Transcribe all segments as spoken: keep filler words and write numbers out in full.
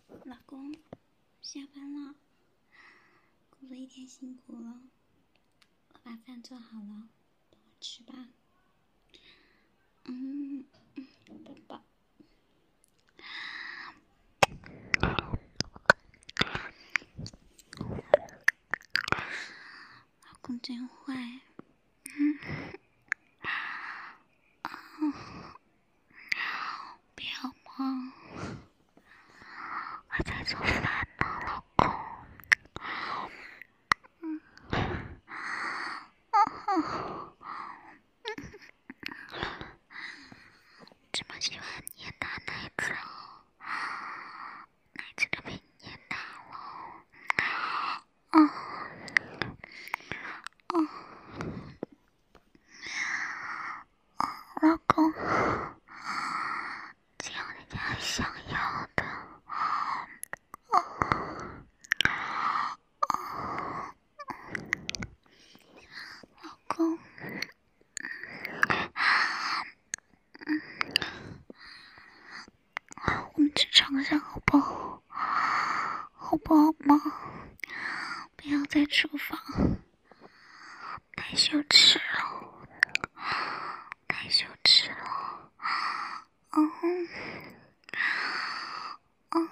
老公，下班了，工作一天辛苦了，我把饭做好了，等我吃吧。嗯嗯，宝宝。老公真坏。嗯。哦，不要吗？我在做饭呢，老公。嗯。哦。这么喜欢捏大奶子啊？奶子都被你捏大了。哦。哦。老公，只要人家想要的。哦。哦。老公。我们去床上好不好？好不好吗？不要在厨房，太羞耻了，太羞耻了。嗯，嗯，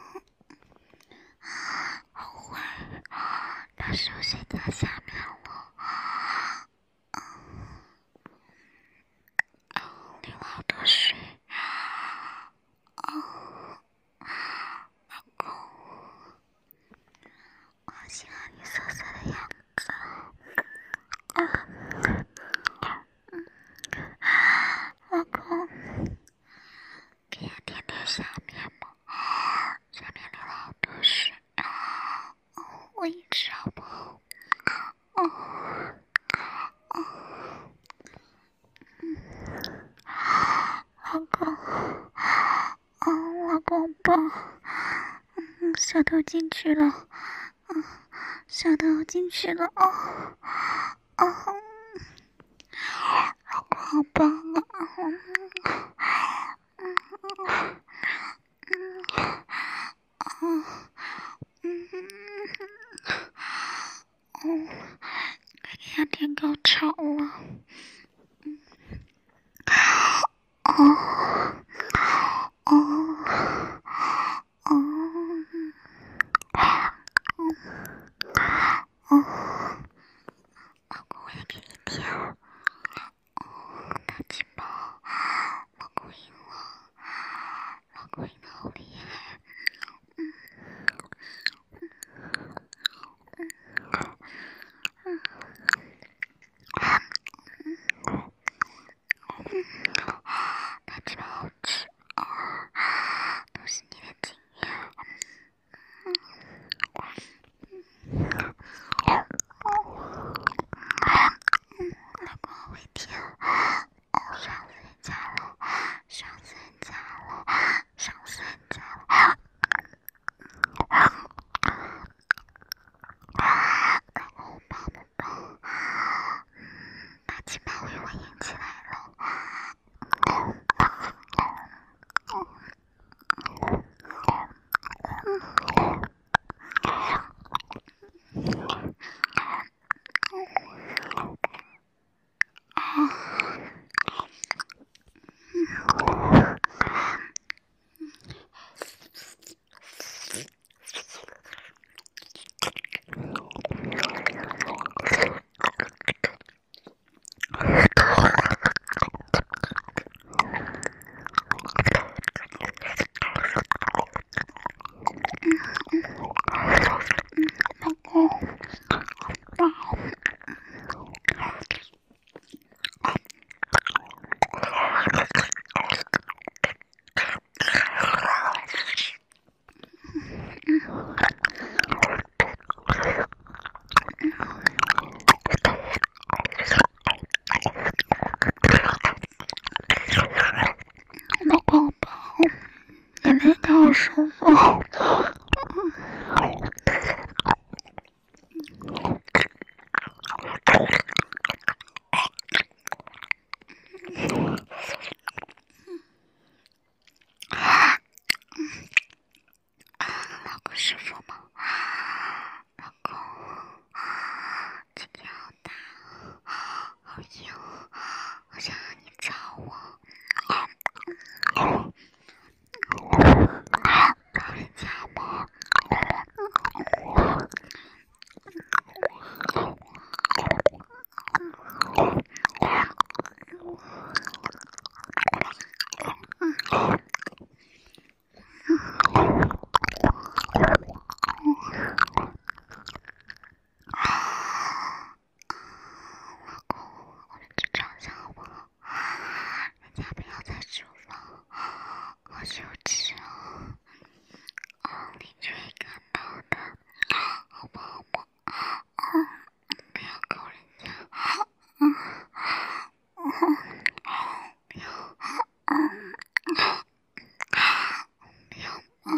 好坏，他是不是在下面了？嗯，流了好多水。哦，老公，我好喜欢你涩涩的样子。嗯，老公，可以舔舔下面吗？下面流了好多水。哦，我一直好不好？哦，哦，嗯，老公，哦，老公抱，嗯，舌头进去了，嗯，舌头进去了，哦，哦，老公好棒啊，嗯，嗯，嗯，嗯，嗯，嗯，快给他舔高潮了。嗯，哦，哦，哦，哦，老公，我也给你舔。哦，大鸡巴，老公赢了，老公赢得好厉害。嗯，嗯，嗯，嗯，嗯，大鸡巴好吃啊，都是你的经验。嗯，嗯，哦，嗯，老公好会舔，哦，爽死人家了，爽死人家了，爽死人家了。老公我抱不抱？嗯，大鸡巴为我硬起来了。老公，抱。老公抱，你那个好舒服。老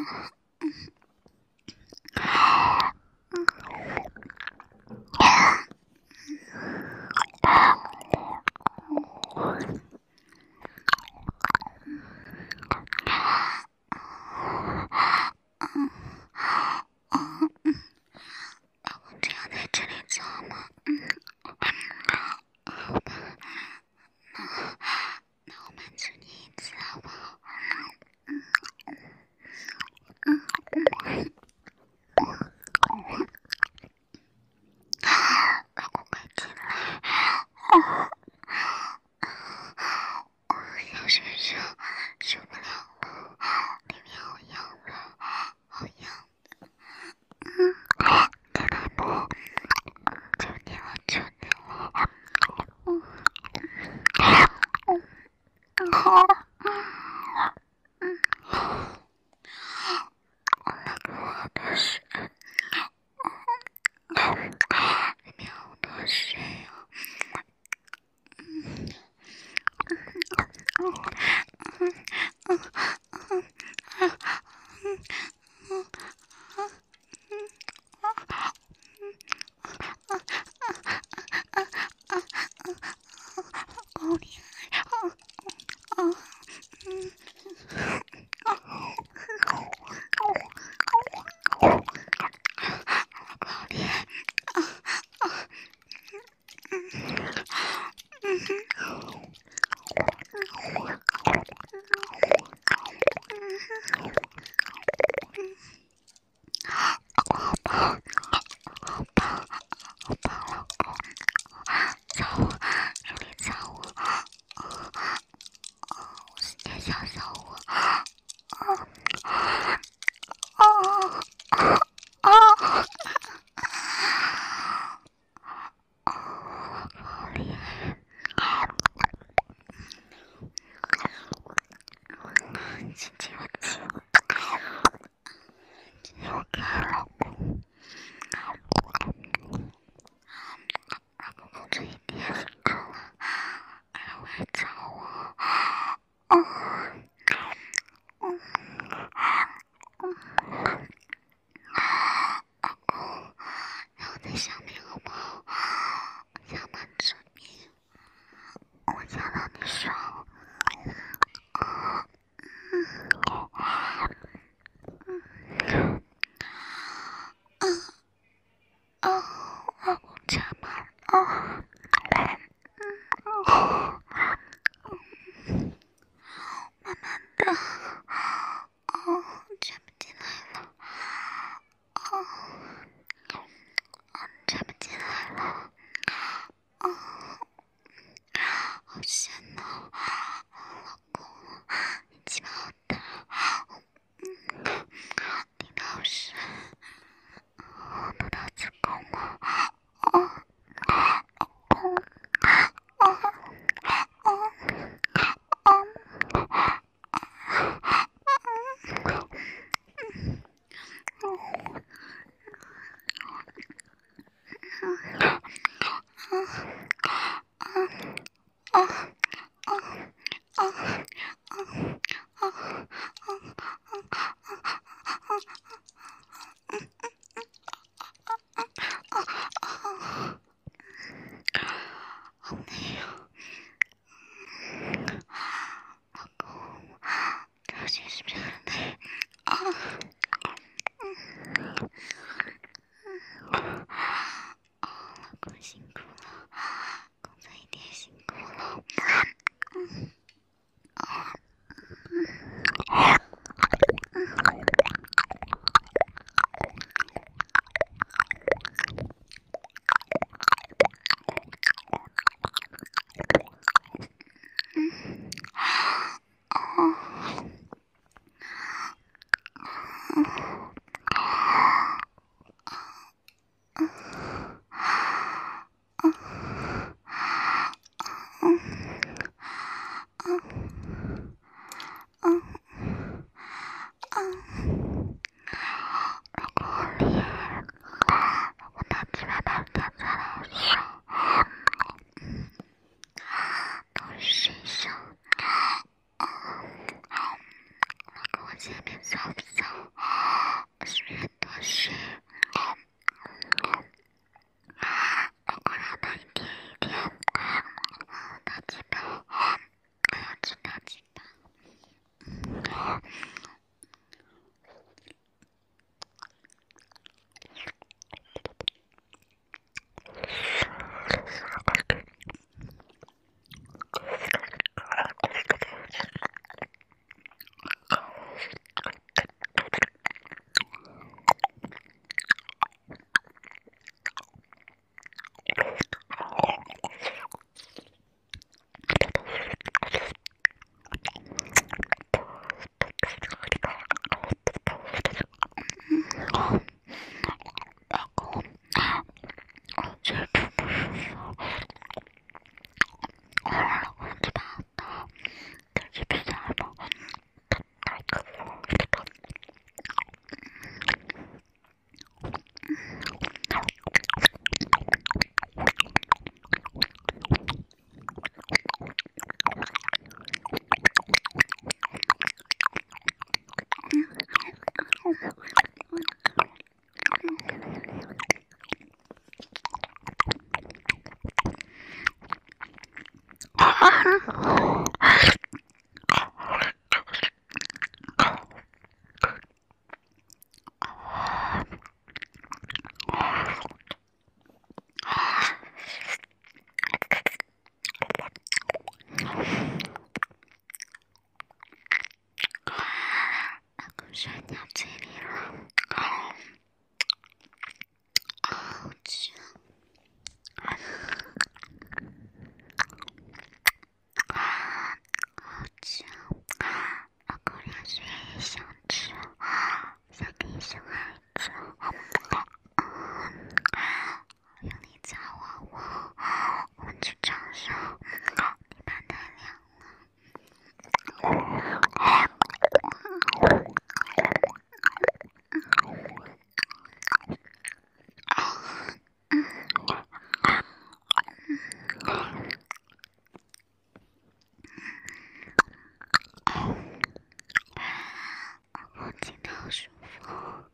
前面扫不扫？ 里了，好吃，好吃，老公两岁也想吃，想给小孩子，用力砸我我，我们去床上，地板太凉了。紧的好舒服，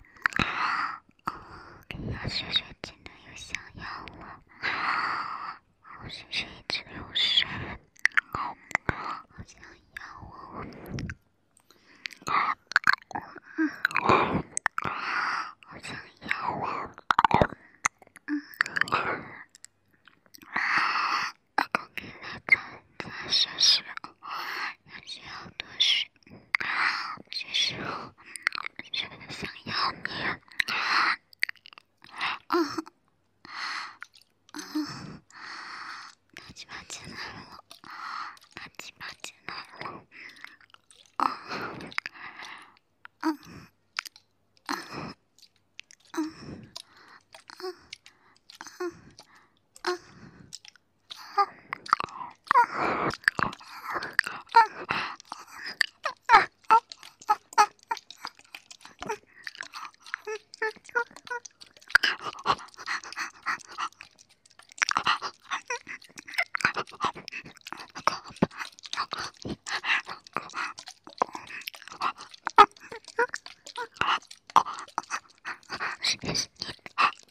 给药水水真的有想要了，我水水一直流水，好想要哦，好想要哦，老公给来再再试试，要需要多水，水水真的想要你，啊啊，大鸡巴进来了，大鸡巴进来了，啊啊啊啊啊啊啊！是的，是你的。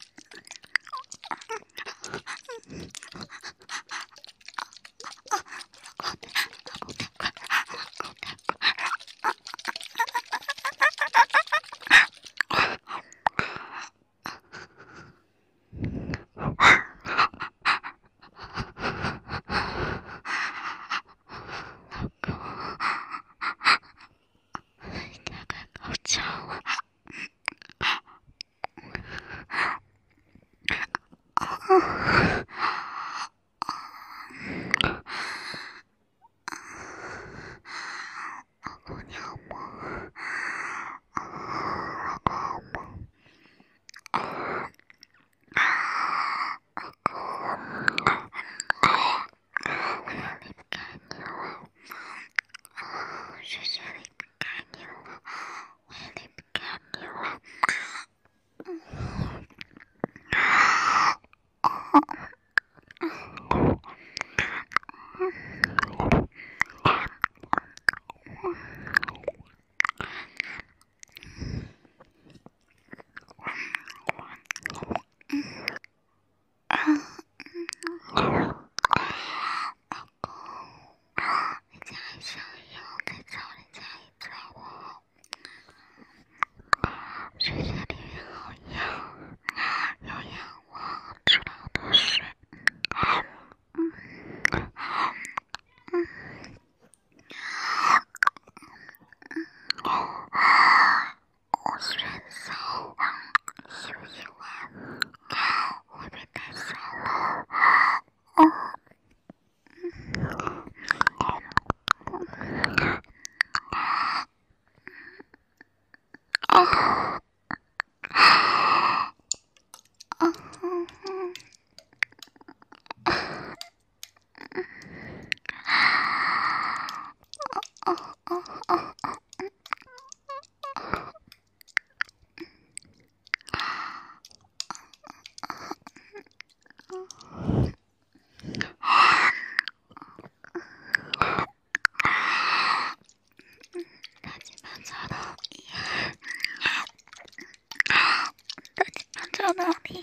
找哪里？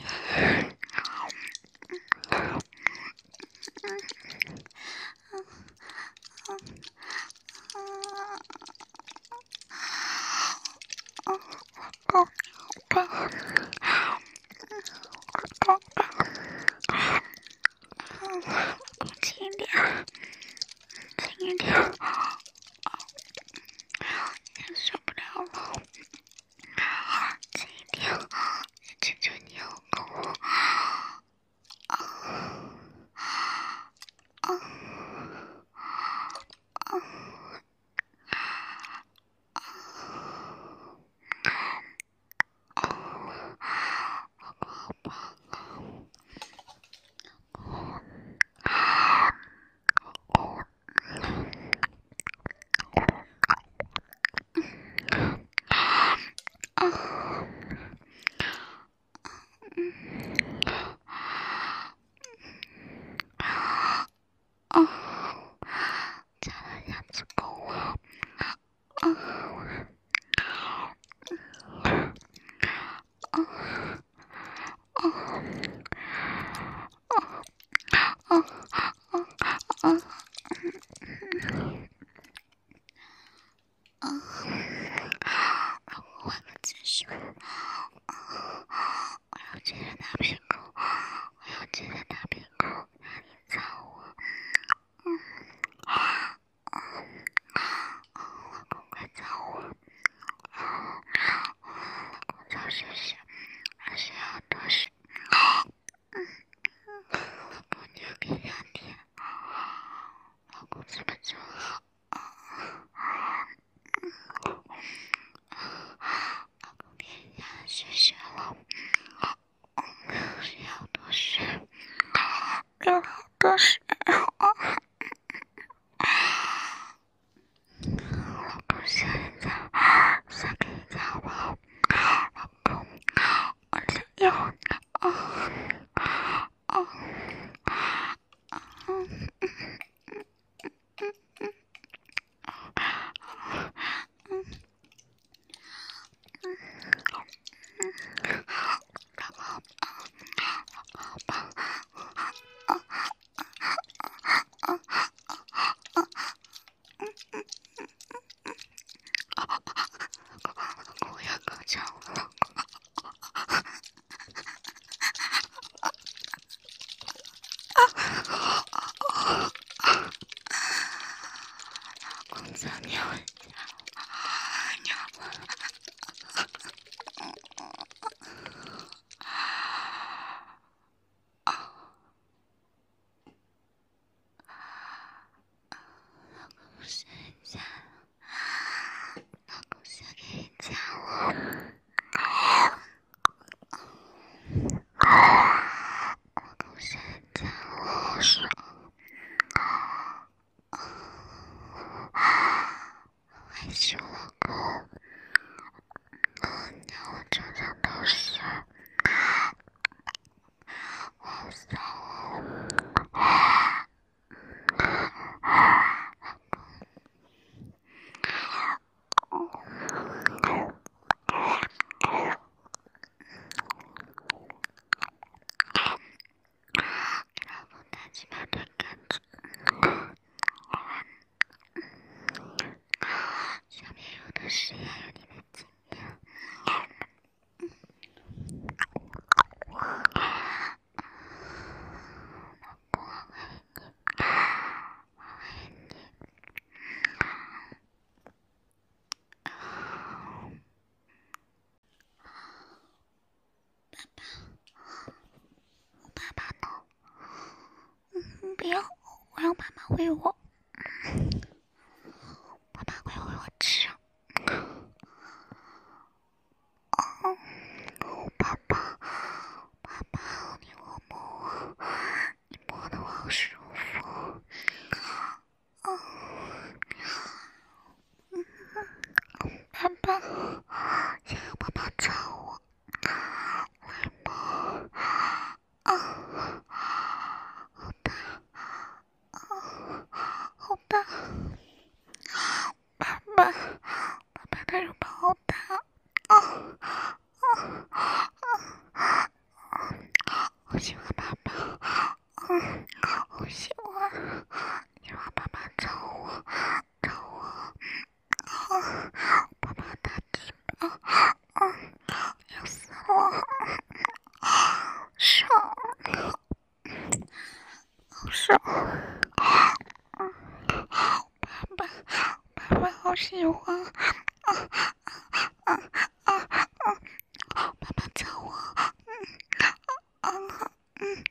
轻一点，轻一点，受不了了。 多谢谢，还是要多谢。老公，你要给两天，老公怎么就好？老公给人家谢谢了，是要多谢，有好多谢。老公谢人家，再给人家好不好？老公，我想要。啊啊啊！我要高潮了。老公想尿一下，尿了。老公睡一下，老公想给人家了。老公想人家了，爽。害羞老公，尿我身上都是，我好骚哦。老公大鸡巴对感觉，下面有的是呀，有你的经验。老公，我爱你，我爱你。爸爸呢？嗯，不要，我让爸爸喂我。爸爸快喂我吃。哦，爸爸，爸爸，你摸摸我，你摸得我好舒服。哦，爸爸，想要爸爸找我，来吧。啊，好大，啊，好大。爸爸，爸爸的乳房好大。啊啊啊！我喜欢爸爸，嗯，我喜欢，喜欢爸爸找我，找我，啊，爸爸大鸡巴，啊，要死我，爽，好爽，嗯，爸爸，爸爸好喜欢，啊啊啊啊！爸爸找我，嗯啊嗯，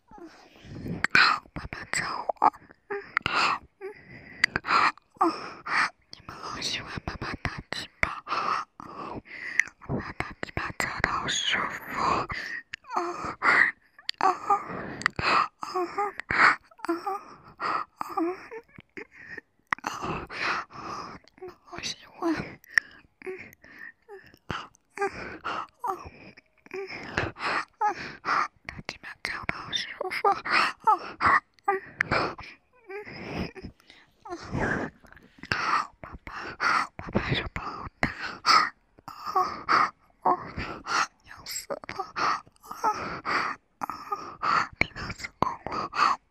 爸爸找我，嗯嗯啊！你们好喜欢爸爸大鸡巴，爸爸大鸡巴找到好舒服，啊啊啊啊啊！好喜欢，嗯嗯嗯嗯。大鸡巴找到好舒服，哦，嗯嗯嗯，爸爸，爸爸手抱好大，哦哦，要死了，啊啊，听到子宫了，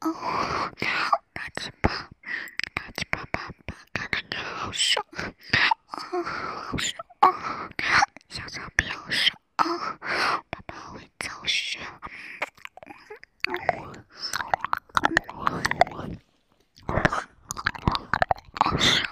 哦，大鸡巴，大鸡巴，爸爸看着你好爽，啊，好爽啊！小草比好爽啊！爸爸会走穴。好爽！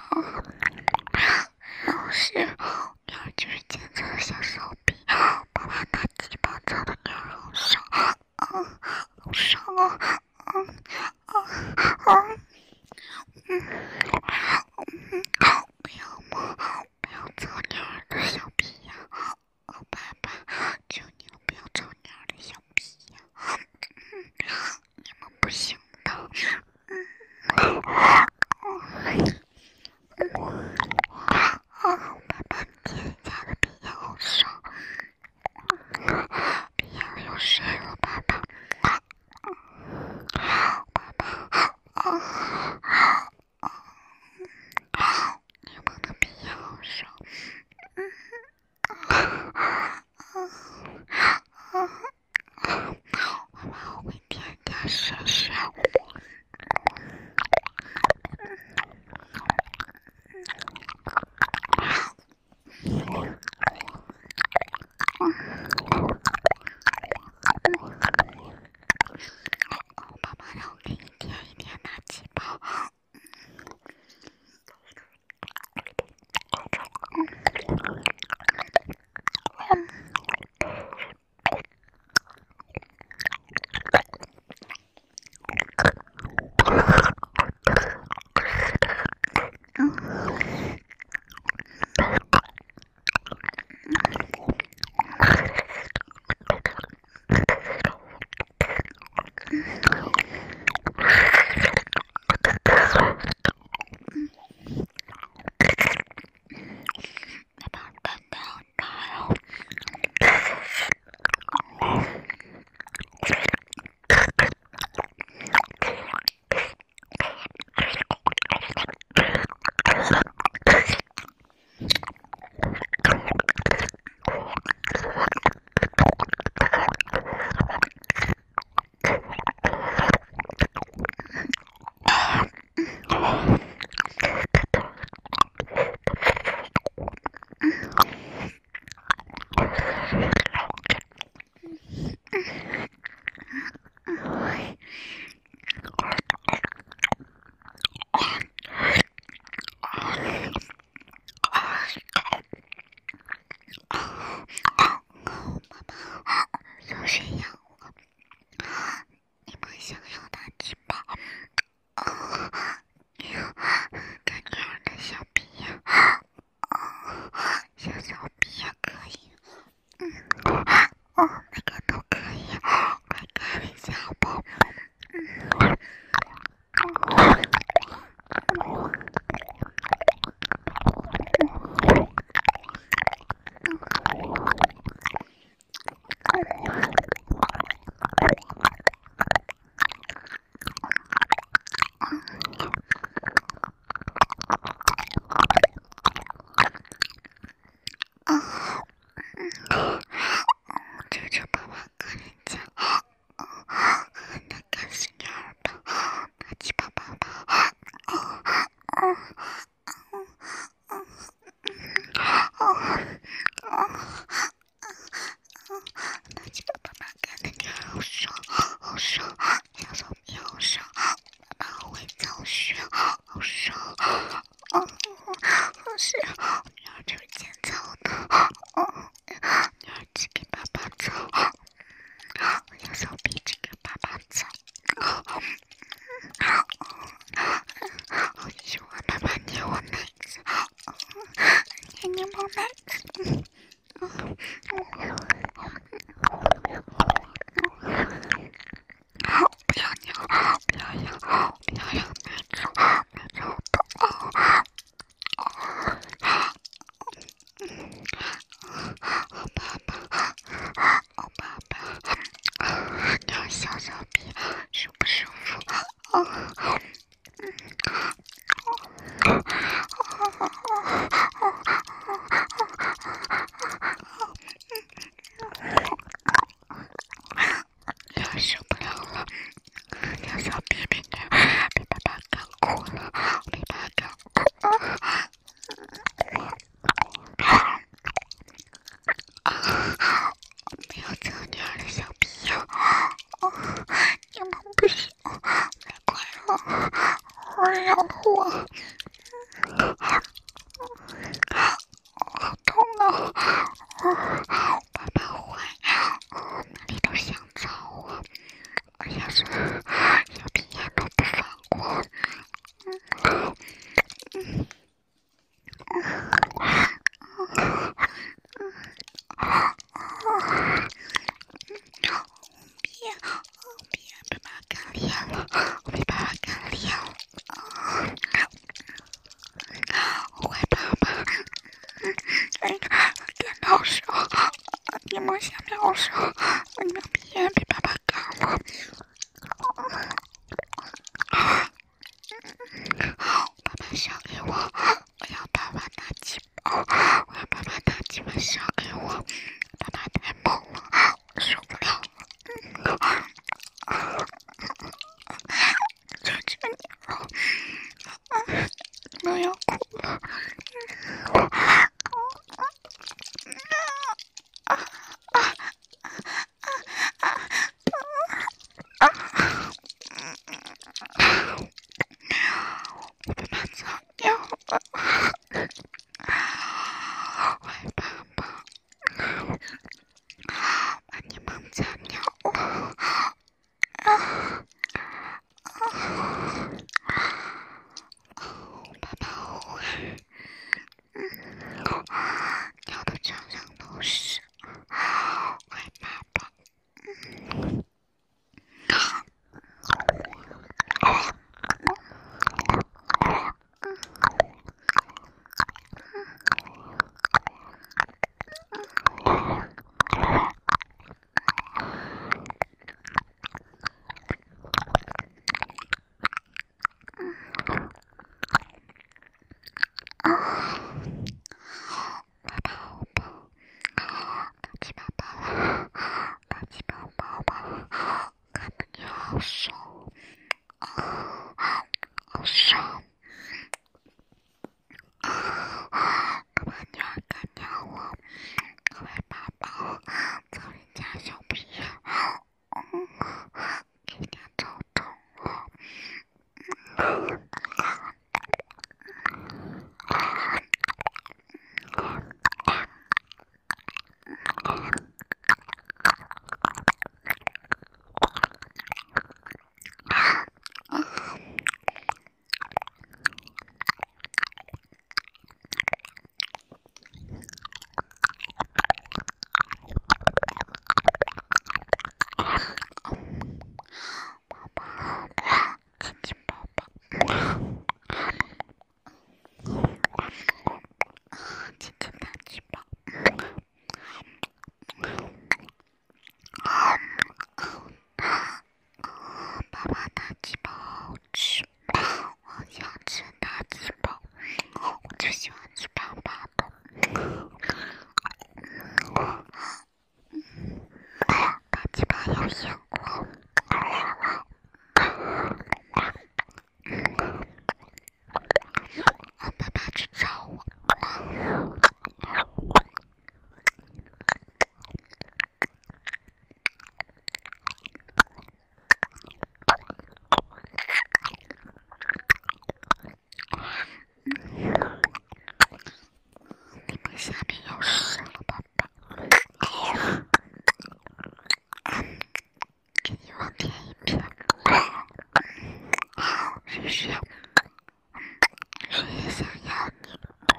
老师，女儿就是检测的小手臂，爸爸大鸡巴操的女儿好爽啊！好爽啊！嗯啊啊！嗯嗯，不要嘛，不要操女儿的小屁呀！哦，爸爸，求你了，不要操女儿的小屁呀！嗯，你们不行的。嗯嗯嗯啊，爸爸，你姐家的屁眼好爽，屁眼又睡了，爸爸。爸爸，啊啊！你们的屁眼好爽。嗯啊啊啊！爸爸，我会天天睡睡。爸爸，让我给你舔一舔大鸡巴。 扰了我，好痛啊！爸爸坏，哪里都想找我，要是有体验都不放过。嗯别别被爸爸干裂了，我被爸爸干裂了。坏爸爸，哎，干到手，你摸下面手，你的别被爸爸干了。爸爸烧给我，我要爸爸拿鸡包，我要爸爸拿鸡包烧给我。爸爸太猛了，我受不了了。求求你了，我要哭了。我爸爸早尿了，坏爸爸，把你们早尿了。啊啊！爸爸坏，嗯，尿的床上都是，坏爸爸，嗯。爸爸好棒，大鸡巴爸爸，大鸡巴爸爸，看得你好爽，好爽。干嘛你要干掉我？坏爸爸，找人家小屁眼，嗯，给人家找痛了。嗯宝宝，亲亲宝宝，亲亲大鸡巴，爸爸大鸡巴好吃，我想吃大鸡巴，我就喜欢吃爸爸的。大鸡巴有眼光，我爸爸去找我。你们下面有事了，爸爸。给你往贴一片。谁是？谁也想要你？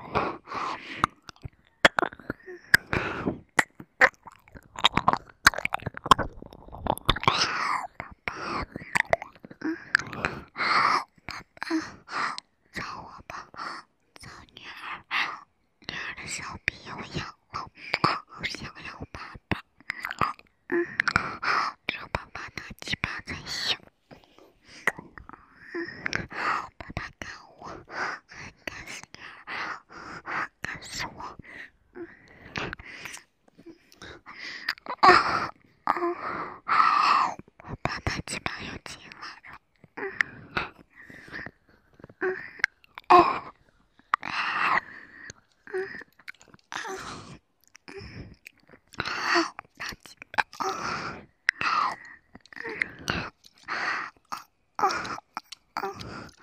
找我吧，找女儿，女儿的小臂有痒了，好想要爸爸。嗯，只有爸爸拿鸡巴才行。嗯，爸爸干我，还干死女儿，干死我。嗯，啊啊！爸爸拿鸡巴又进来了。嗯嗯哦。嗯啊嗯，大鸡巴啊！嗯啊啊啊！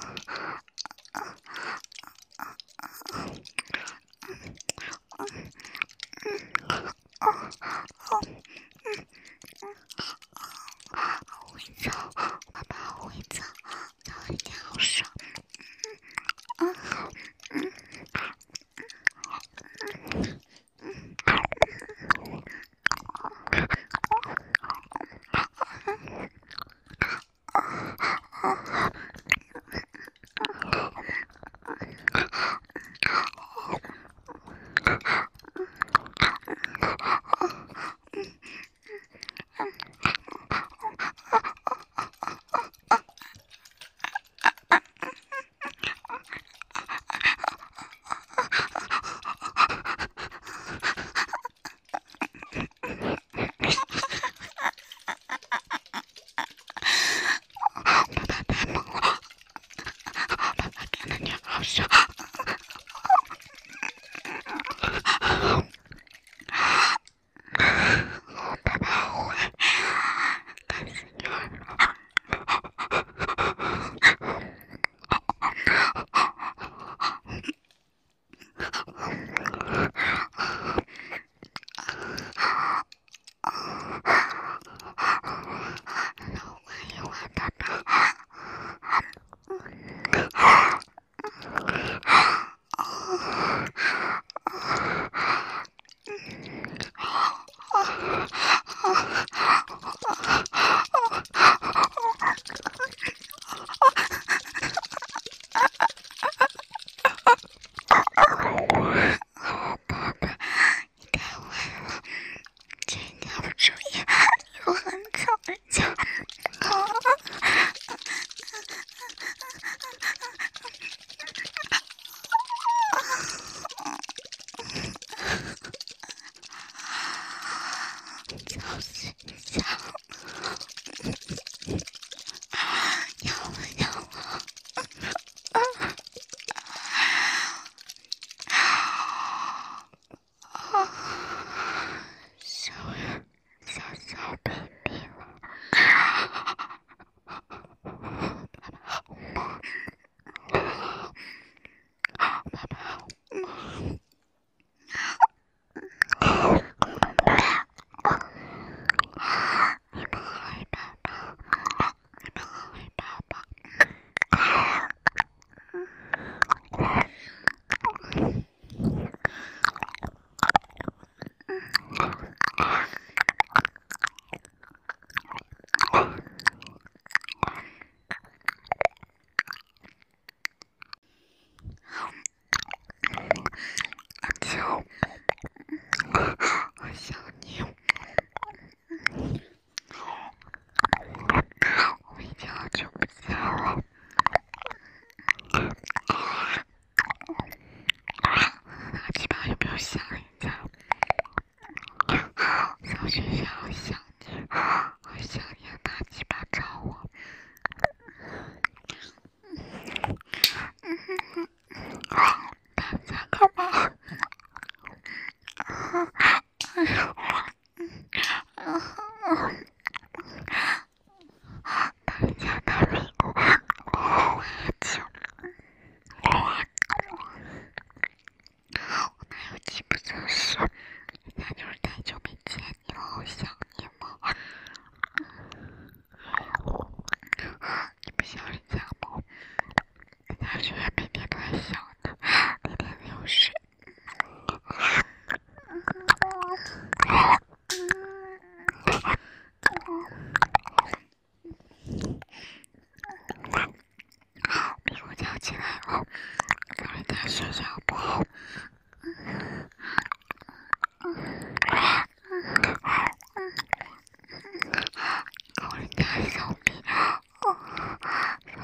小鼻，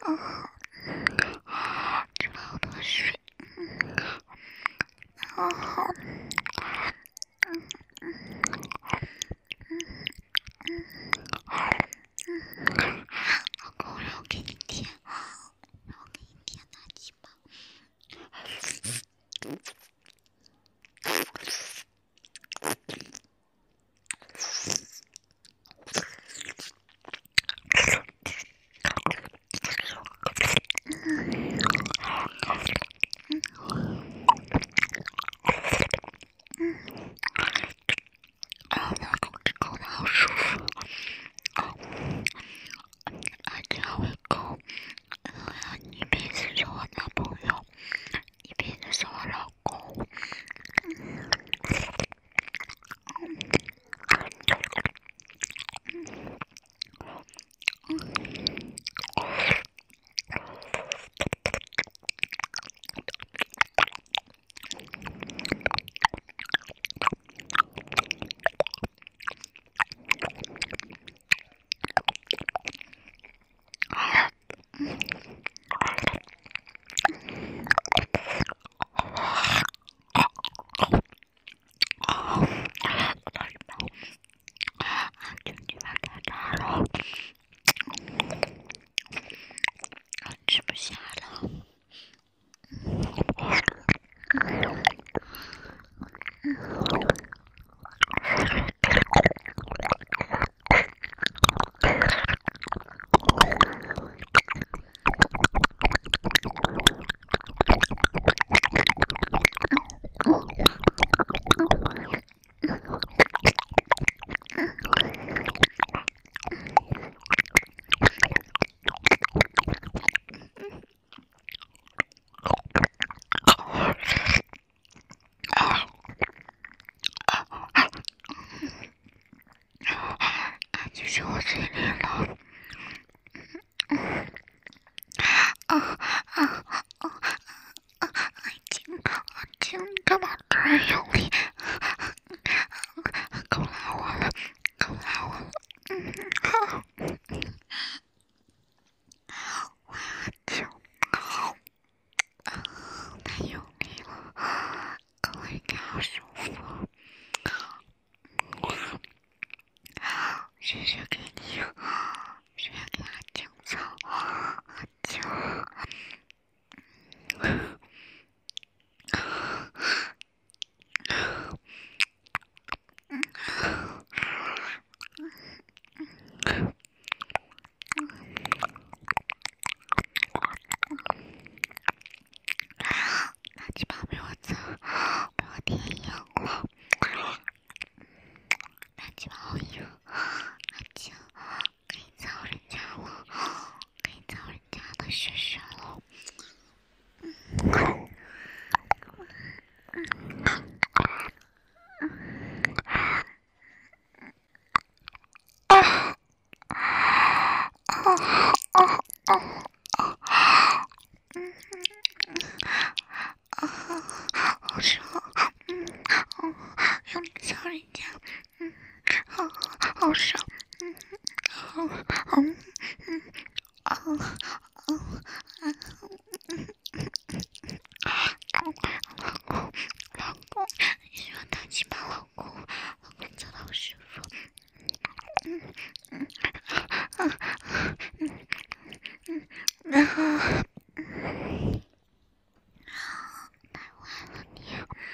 吃了好多水，好好，嗯嗯嗯嗯，老公，让我给你舔，让我给你舔大鸡巴。啊，老公，这口的好舒服。啊，这样会够。我要你一辈子做我男朋友，一辈子是我老公。吃不下了。就是我嘴里了。啊啊啊啊！已经，已经，干嘛突然用力？够拉我了，够拉我了。嗯，好。我要救。啊，太用力了，够了，应该好舒服。谢谢给你，谢谢给他讲草，讲。大鸡巴被我操，被我舔痒了。大鸡巴好痒，大鸡可以操人家了，可以操人家的血血了。嗯。啊啊啊啊啊！嗯啊，好爽！嗯，哦，用力操人家，嗯，好，好爽！嗯，好，嗯嗯啊啊啊！老公，老公，你喜欢大鸡巴，老公，老公操的好舒服。嗯嗯啊嗯嗯，然后嗯，太坏了你！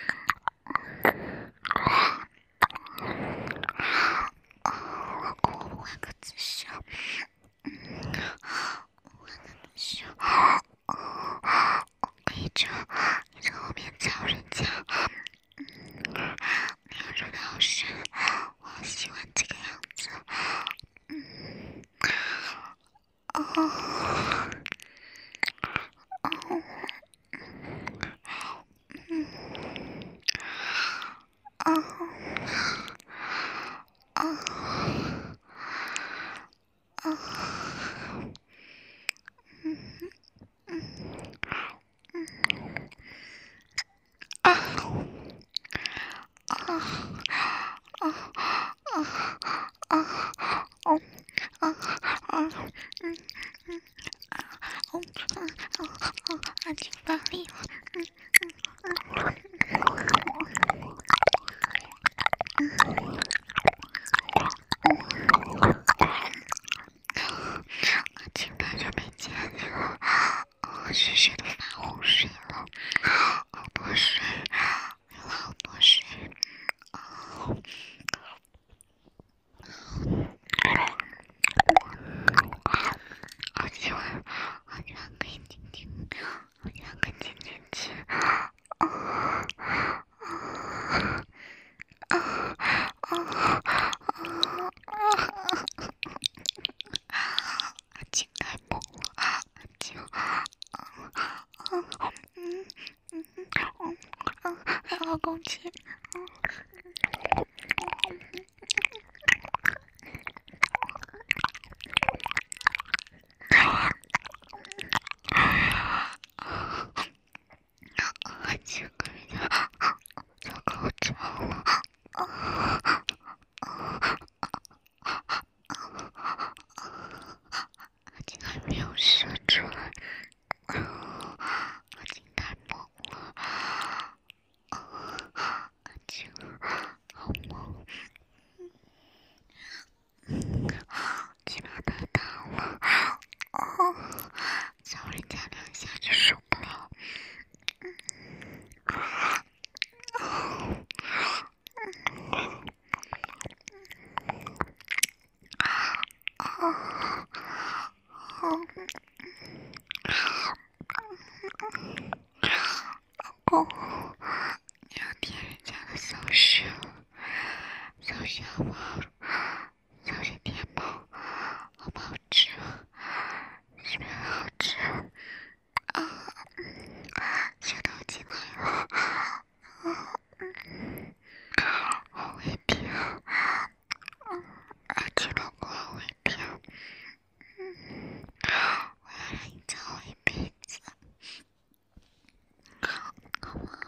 哦，老公，我换个姿势。嗯，我换个姿势。哦，我可以这样，你在后面操人家。嗯，你要入的好深，我好喜欢这个样子。嗯，哦，哦，嗯，哦，哦，哦，嗯嗯嗯，啊，啊啊啊！ 是谁都发洪水了，好多水，流了好多水。哦，好喜欢，好喜欢可以听听，好喜欢跟亲亲亲。啊啊啊啊啊！情太猛了，情。嗯嗯嗯嗯嗯，老公亲。这个人糟糕着了，竟还没有射出来，竟太猛了，竟好猛，气量太大了，叫人家两下就受不了。老公，你要听人家的小事了，小事好不好？小事甜吗？好不好吃？是不是很好吃？啊，舌头进来了，好味甜，爱吃老公好味甜，嗯，我要让你找我一辈子，好不好？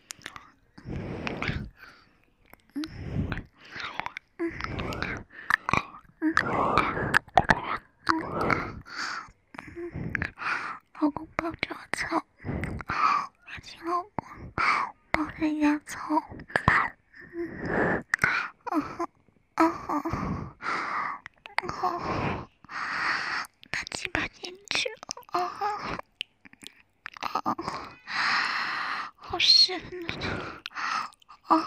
老公抱着我操，阿青老公抱着人家操，嗯，啊啊啊！把鸡巴进去了，啊啊！好深啊！啊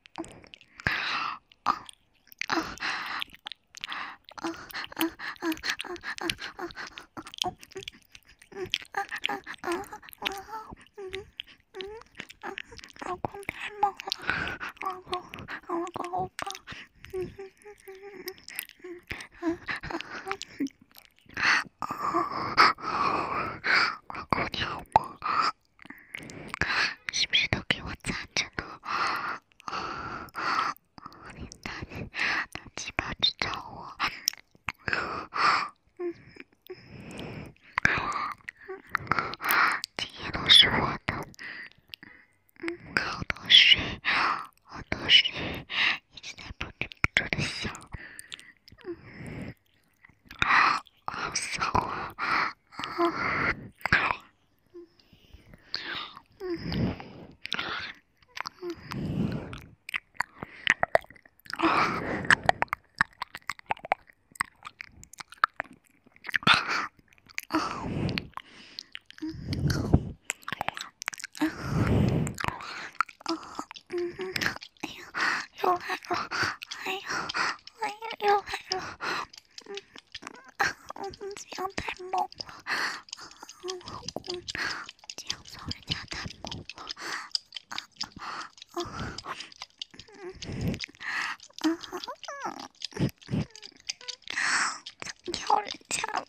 啊啊啊啊啊啊啊！老公太猛了，老公，老公好棒，嗯嗯嗯嗯嗯，老公你好猛，是不是都给我砸着呢？你大大鸡巴只找我，嗯。今夜都是我的，嗯，好多水，好多水，一直在不停不住的响，嗯，好骚啊，啊，嗯，嗯，啊，啊，嗯。嗯，哎呀，又来了，哎呀，哎呀，又来了，嗯，嗯，这样太猛了，嗯，老公，这样操人家太猛了，啊啊，嗯，啊啊，咬人家了，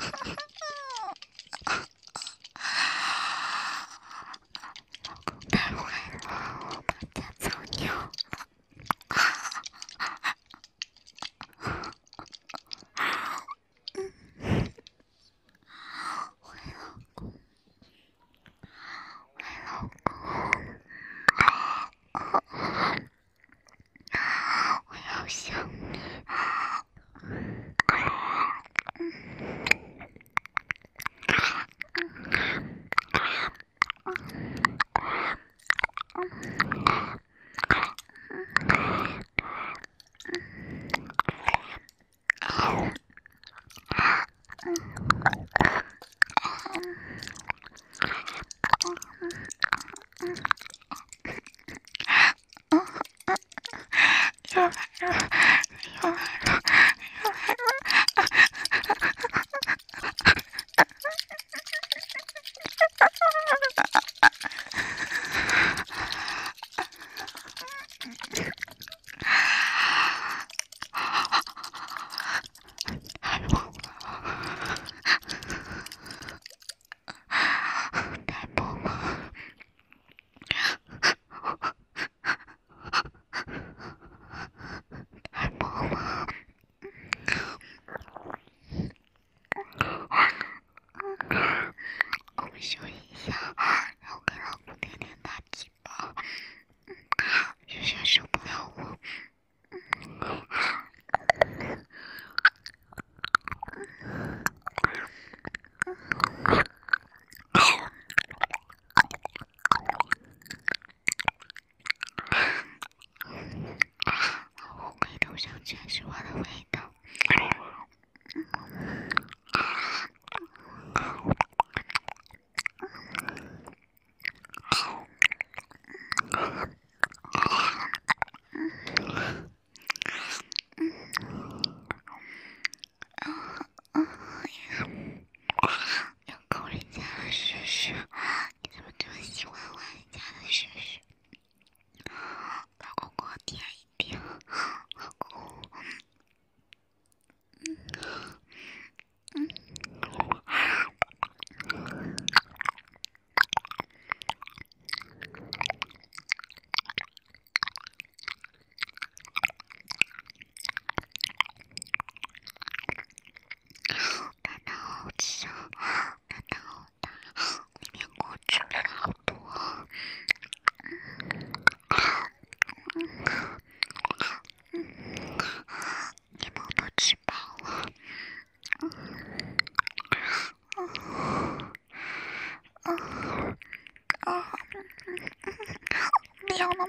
老公太坏了，我把家操尿。坏老公，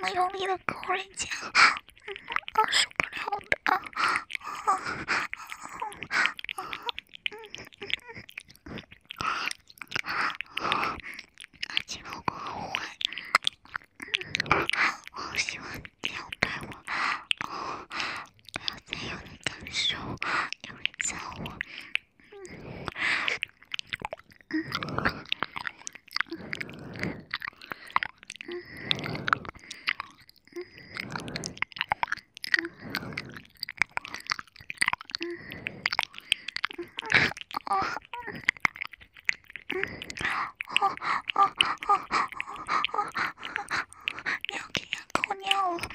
么用力的抠人家，啊，受不了的，啊，阿奇老公好坏，我好希望你这样对我，哦，不要再有的感受，有人叫我。你要给人抠尿了。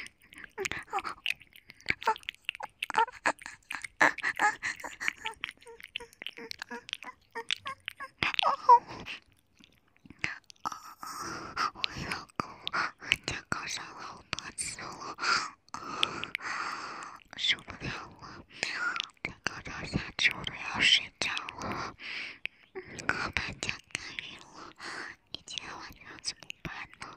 我老公人家搞上了好多次了，受不了了，这高潮下去我都要睡着了，可把家干晕了，你今天晚上怎么办呢？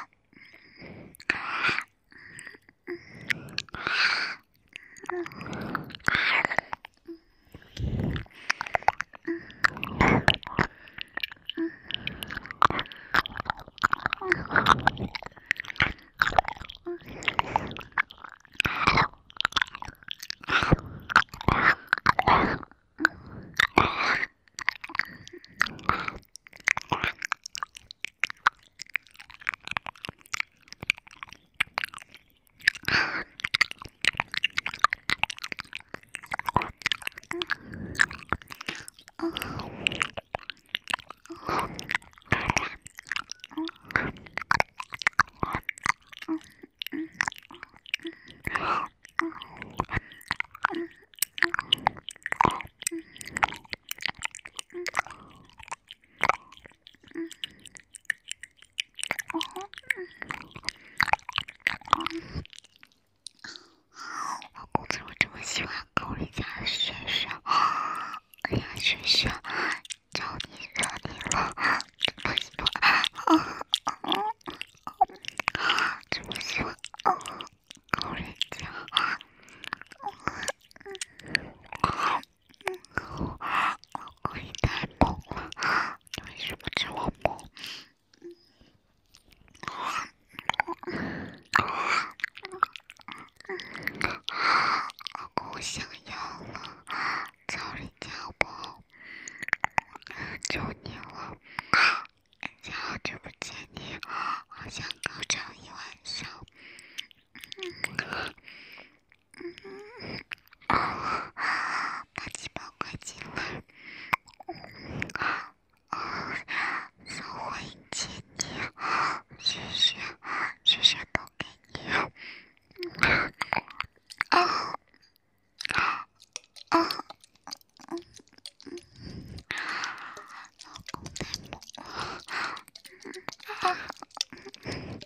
老公怎么这么喜欢抠人家的学生？哎呀，学生，找你惹你了，怎么喜欢？怎么喜欢抠人家？老公你太猛了，你为什么这么猛？老公我想要了，找人家好不好？求你了，人家好久不见你，好想高潮一晚上。把鸡巴快进来，受欢迎见你，谢谢，谢谢都给你。啊啊！老公太猛了，啊！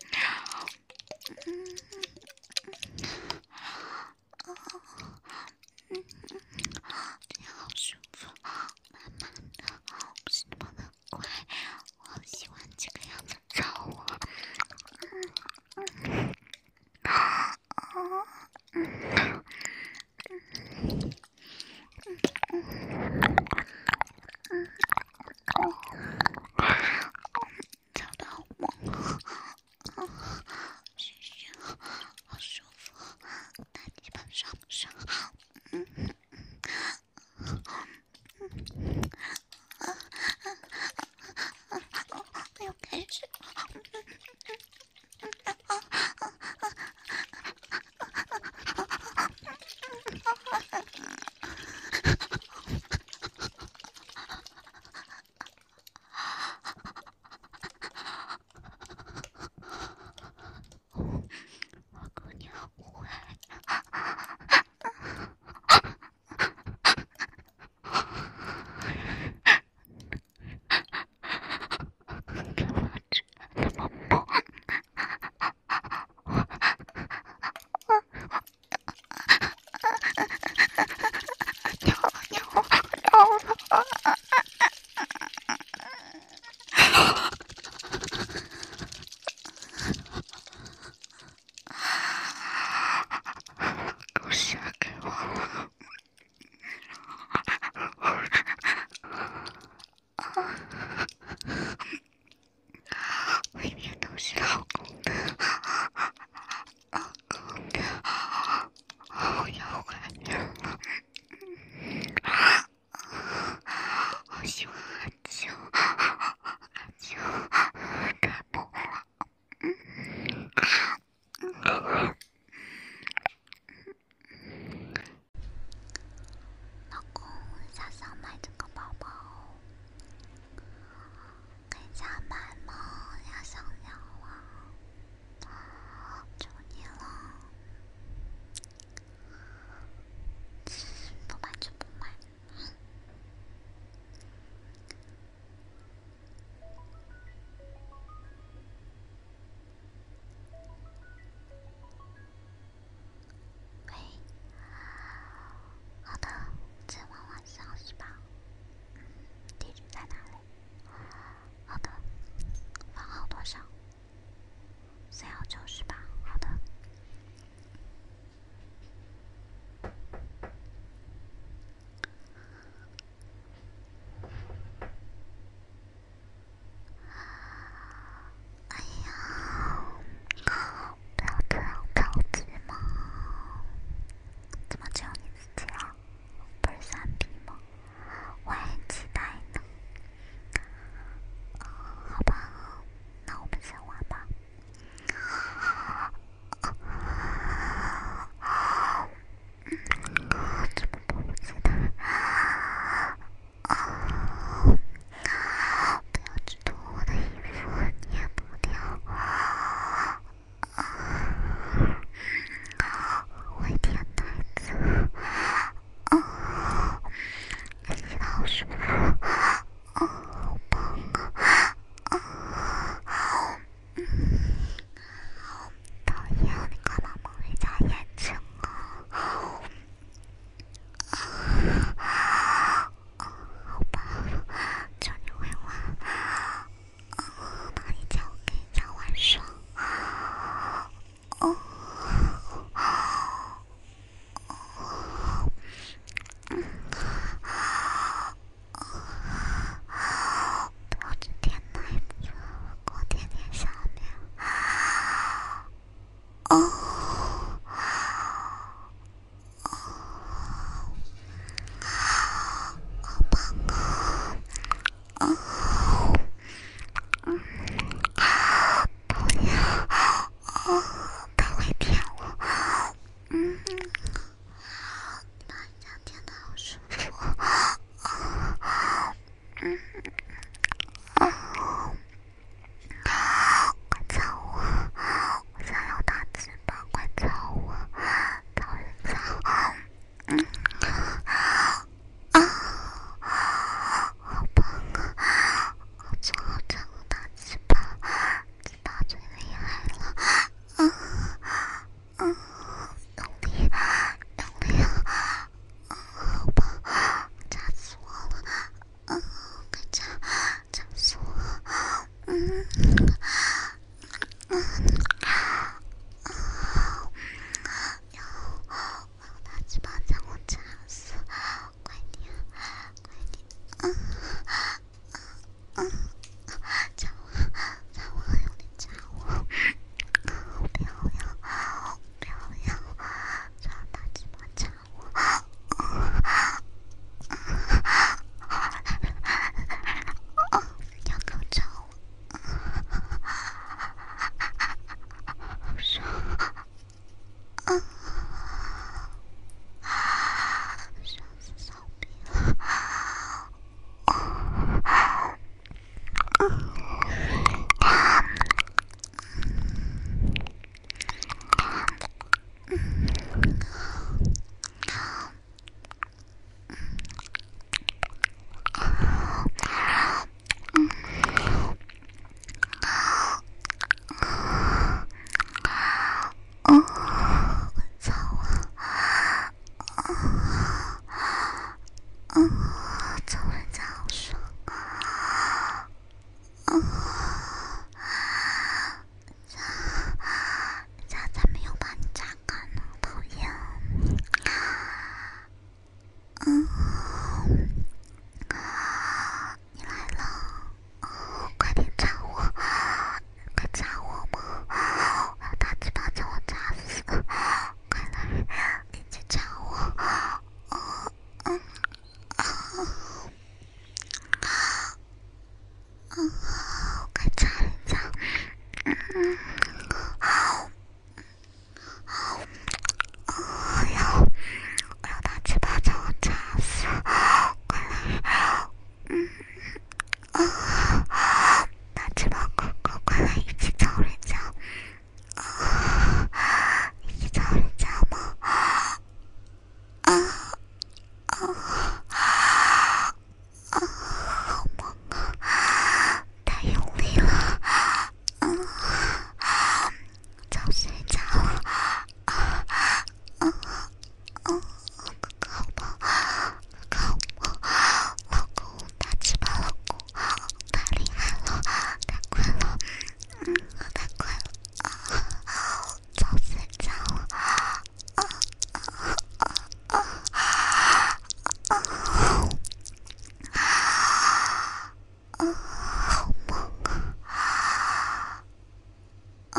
好梦啊！啊，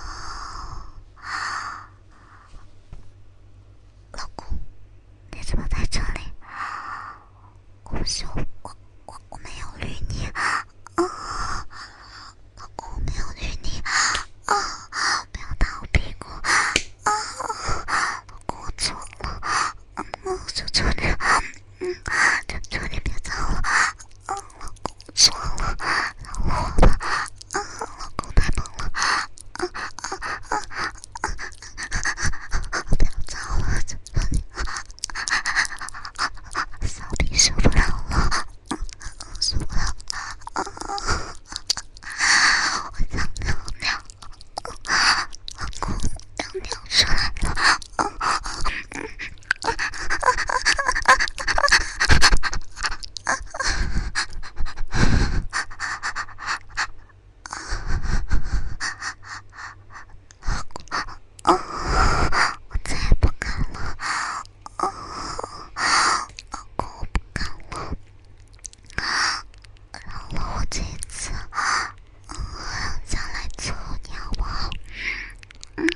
老公，你怎么在这里？我不是我我我我没有绿你啊！老公，我没有绿你啊！不要打我屁股啊！老公，我错了，嗯，求求你，嗯，求求你别走了啊！老公，我错了，饶了我吧！啊，老公太猛了！啊啊啊啊！不要走了，求求你！骚逼受不了了，受不了了！我想尿尿，老公要尿出来了！我再也不敢了，老公我不敢了，饶了我这一次，让下来伺候你好不好？嗯，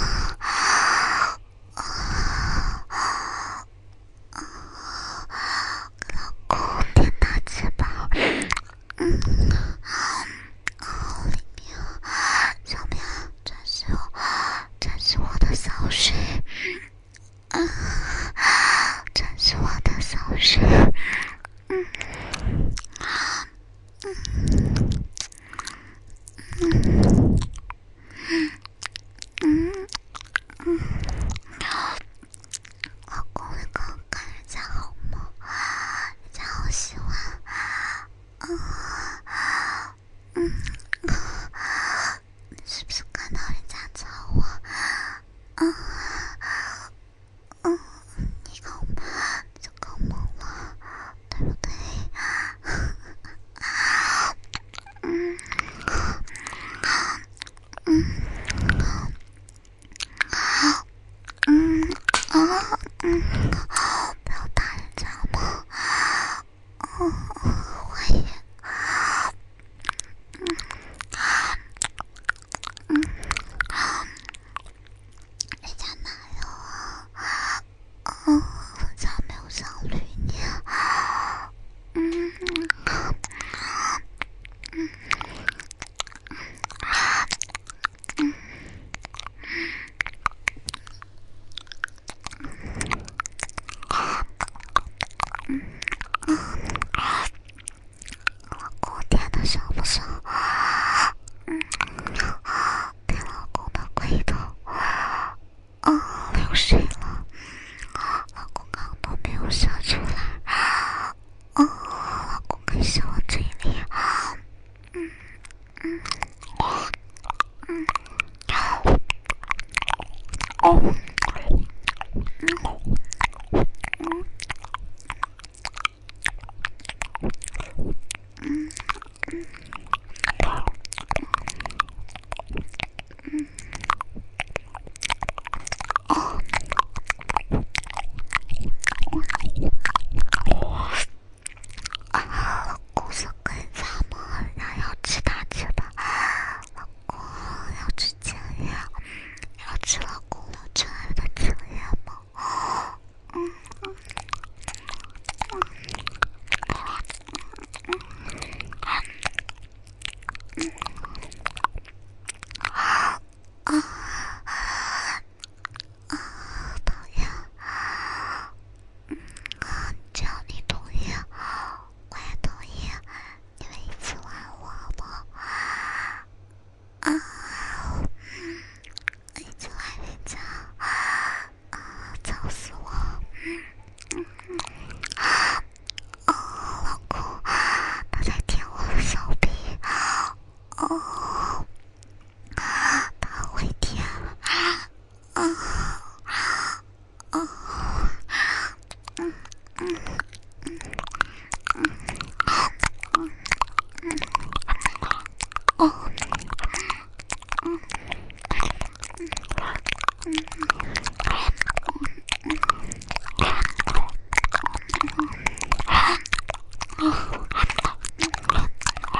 老公天大气胞，嗯，里面上面全是我，全是我的骚水，嗯，全是我的骚水，嗯，嗯，嗯，嗯，老公，你刚刚看人家好萌，人家好喜欢，嗯，嗯，你是不是看到人家找我？嗯，嗯，你更你就更萌了，对不对？嗯，嗯，嗯，啊，嗯，不要打人家嘛，嗯，我也，嗯，嗯，人家哪有啊？嗯，人家没有想绿你，嗯，嗯，嗯。老公舔的爽不爽？嗯，舔老公的龟头，嗯，流水了。老公刚刚都没有射出来，嗯，老公可以射我嘴里，嗯嗯嗯，哦，嗯嗯。嗯嗯嗯，哦，啊，老公是鬼子吗？然后要吃大吃的，老公要吃煎鱼，要吃老公留出来的煎鱼吗？嗯嗯嗯嗯嗯。啊啊啊！讨厌！嗯，只要你同意，我也同意。你们一起玩我好不好？啊！一起玩人家啊！吵死我！嗯嗯啊！老公，他在舔我的手臂。哦。他很会舔，啊啊啊！嗯嗯嗯嗯嗯嗯，哦，嗯嗯嗯嗯。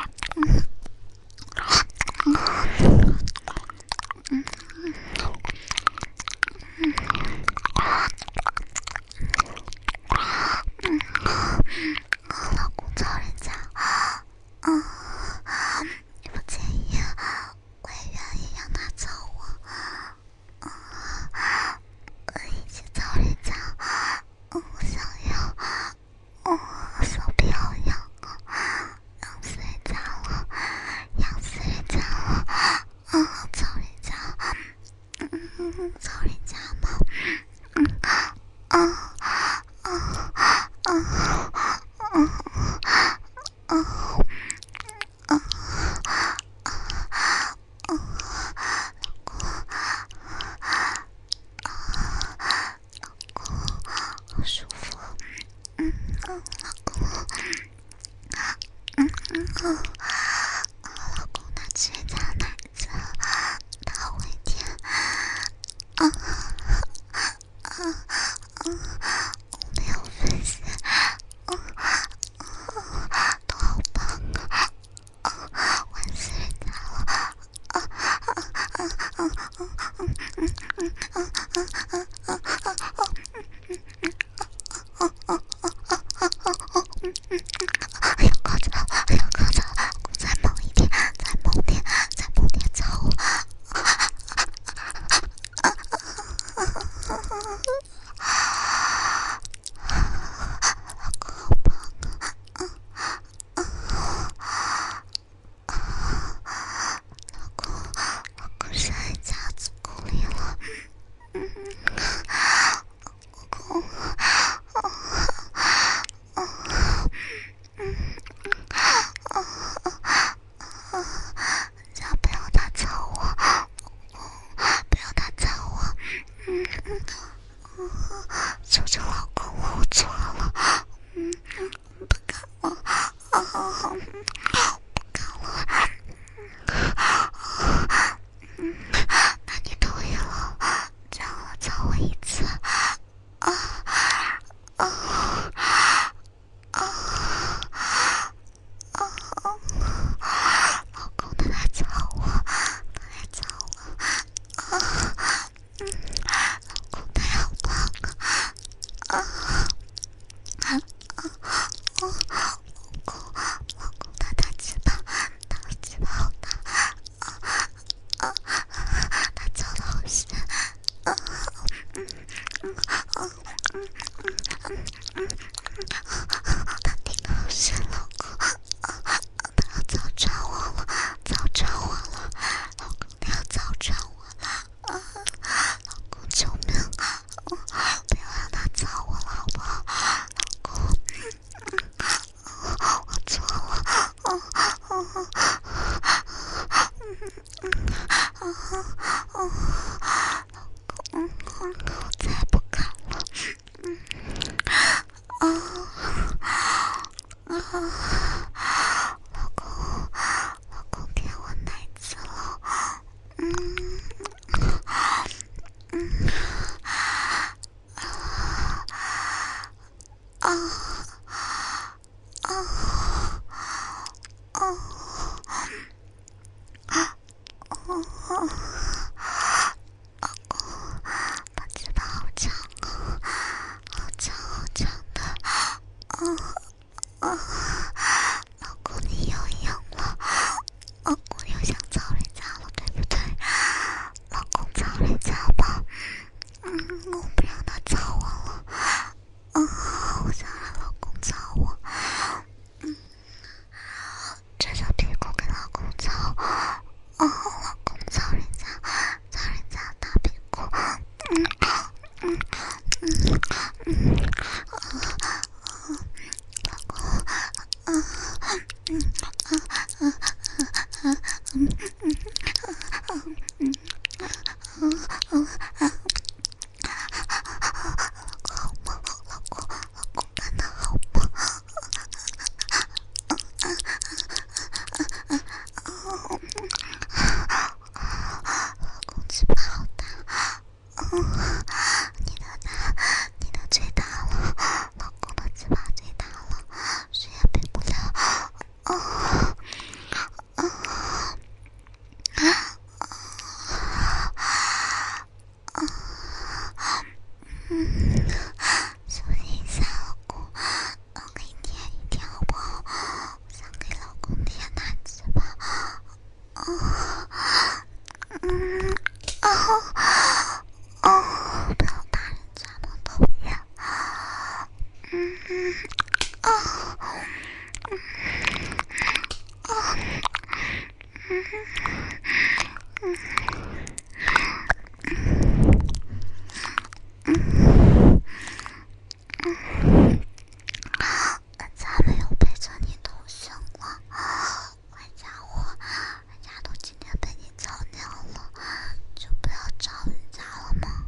人家没有背着你同行了，坏家伙，人家都今天被你叫尿了，就不要找人家了吗？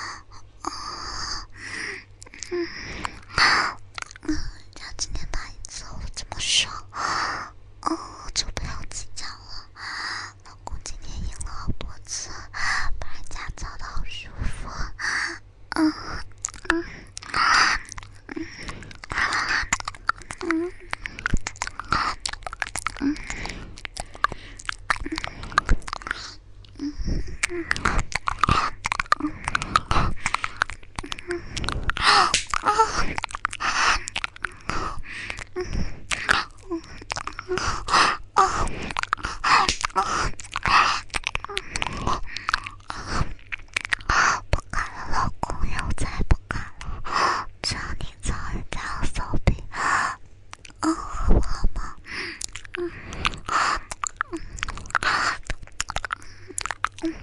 嗯，人家今天把你揍了这么爽，哦，就不要计较了。老公今天赢了好多次，把人家揍得好舒服。嗯嗯嗯嗯嗯不敢了，老公，以后再也不敢了。只要你操人家的手臂，嗯，好不好吗？嗯嗯嗯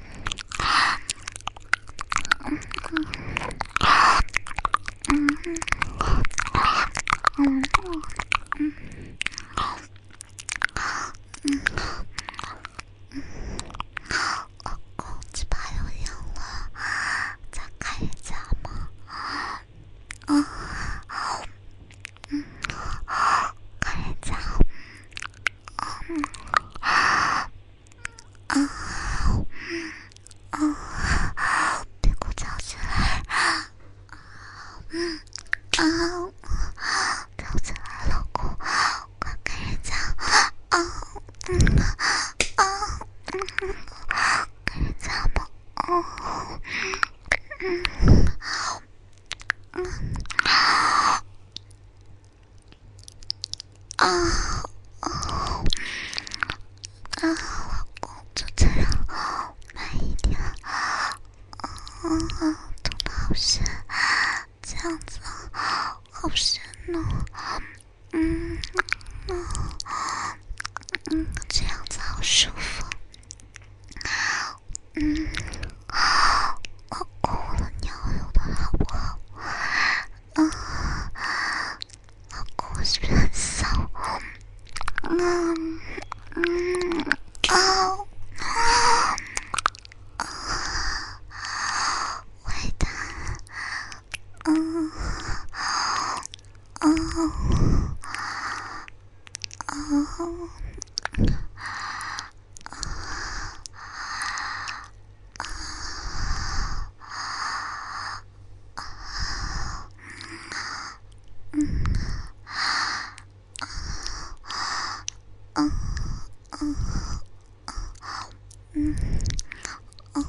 嗯嗯老公，鸡巴又痒了，再看一下吗？嗯嗯，看一下。嗯啊啊！屁股翘起来。嗯啊，跳起来，老公，快看人家。啊嗯啊嗯，看人家吗？哦嗯嗯啊哦啊，老公，就这样，慢一点。嗯，痛得好深，这样子好深哦。嗯嗯嗯，这样子好舒服。嗯，老公，我的尿流的好不好？嗯，老公，我是不是很骚？嗯嗯啊啊啊！坏蛋，嗯嗯嗯。嗯，哦，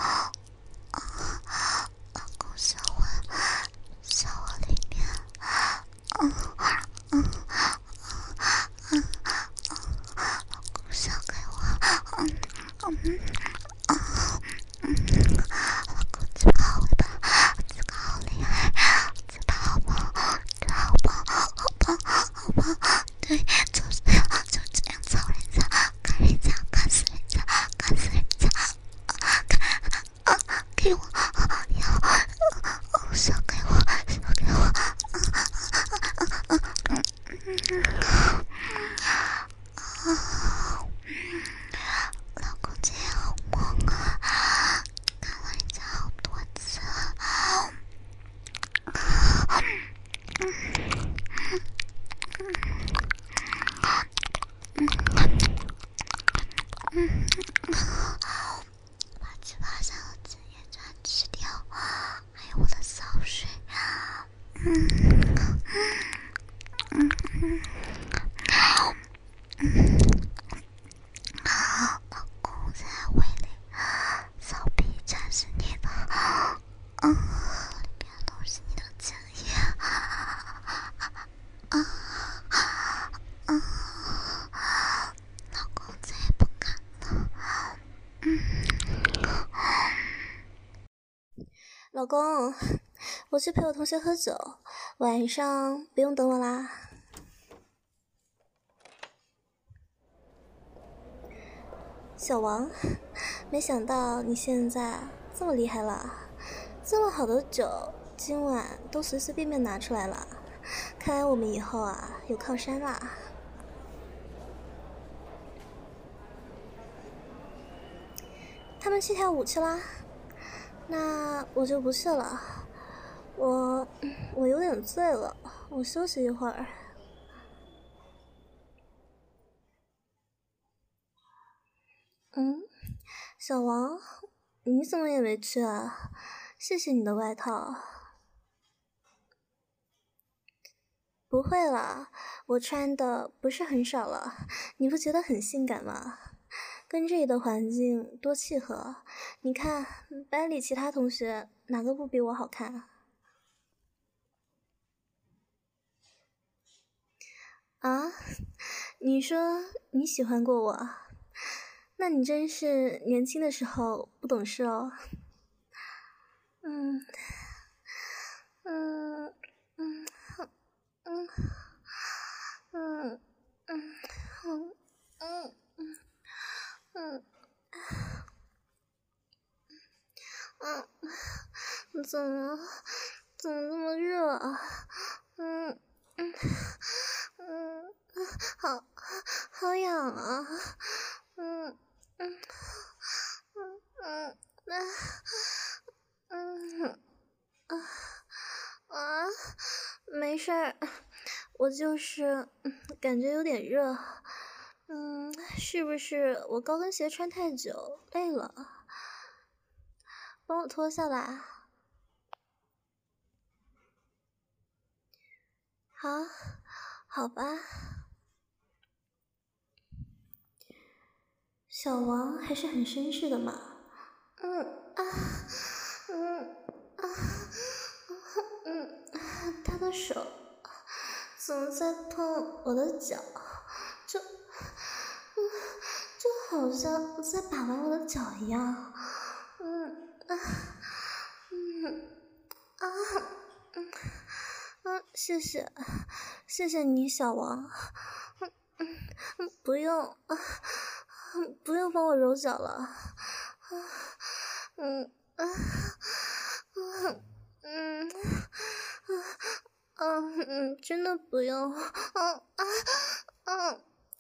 老公，小我，小我里面，嗯嗯嗯，老公小给我，嗯嗯嗯嗯，老公这个好尾巴，这个好厉害，这个好棒，这个好棒，好棒，好棒，对，就是这样，就这样操人家，干人家，干死人家，干死人家。啊！给我要，哦，小给我，小给我，嗯嗯嗯啊！老公今天好忙啊，看了人家好多次，嗯嗯嗯，把嘴巴上的针也全吃掉，还有我的骚水，嗯嗯嗯。老公，现在胃里骚逼全是你的，嗯，里面都是你的精液，啊啊！老公再也不敢了，嗯。老公，我去陪我同学喝酒，晚上不用等我啦。 小王，没想到你现在这么厉害了，这么好的酒，今晚都随随便便拿出来了，看来我们以后啊有靠山啦。他们去跳舞去啦，那我就不去了，我我有点醉了，我休息一会儿。嗯，小王，你怎么也没去啊？谢谢你的外套。不会啦，我穿的不是很少了，你不觉得很性感吗？跟这里的环境多契合，你看班里其他同学哪个不比我好看？啊？你说你喜欢过我？那你真是年轻的时候不懂事哦。嗯嗯嗯嗯嗯嗯嗯嗯嗯嗯嗯，怎么怎么这么热啊？嗯嗯嗯，好好痒啊！嗯嗯嗯嗯那嗯啊啊，没事儿，我就是感觉有点热。嗯，是不是我高跟鞋穿太久累了？帮我脱下来。好，好吧。小王还是很绅士的嘛。嗯啊，嗯啊，嗯，他的手怎么在碰我的脚？就，嗯，就好像在把玩我的脚一样。嗯啊，嗯啊，嗯啊，谢谢，谢谢你，小王。嗯嗯，不用，不用帮我揉脚了。嗯啊嗯嗯嗯嗯，真的不用。嗯啊嗯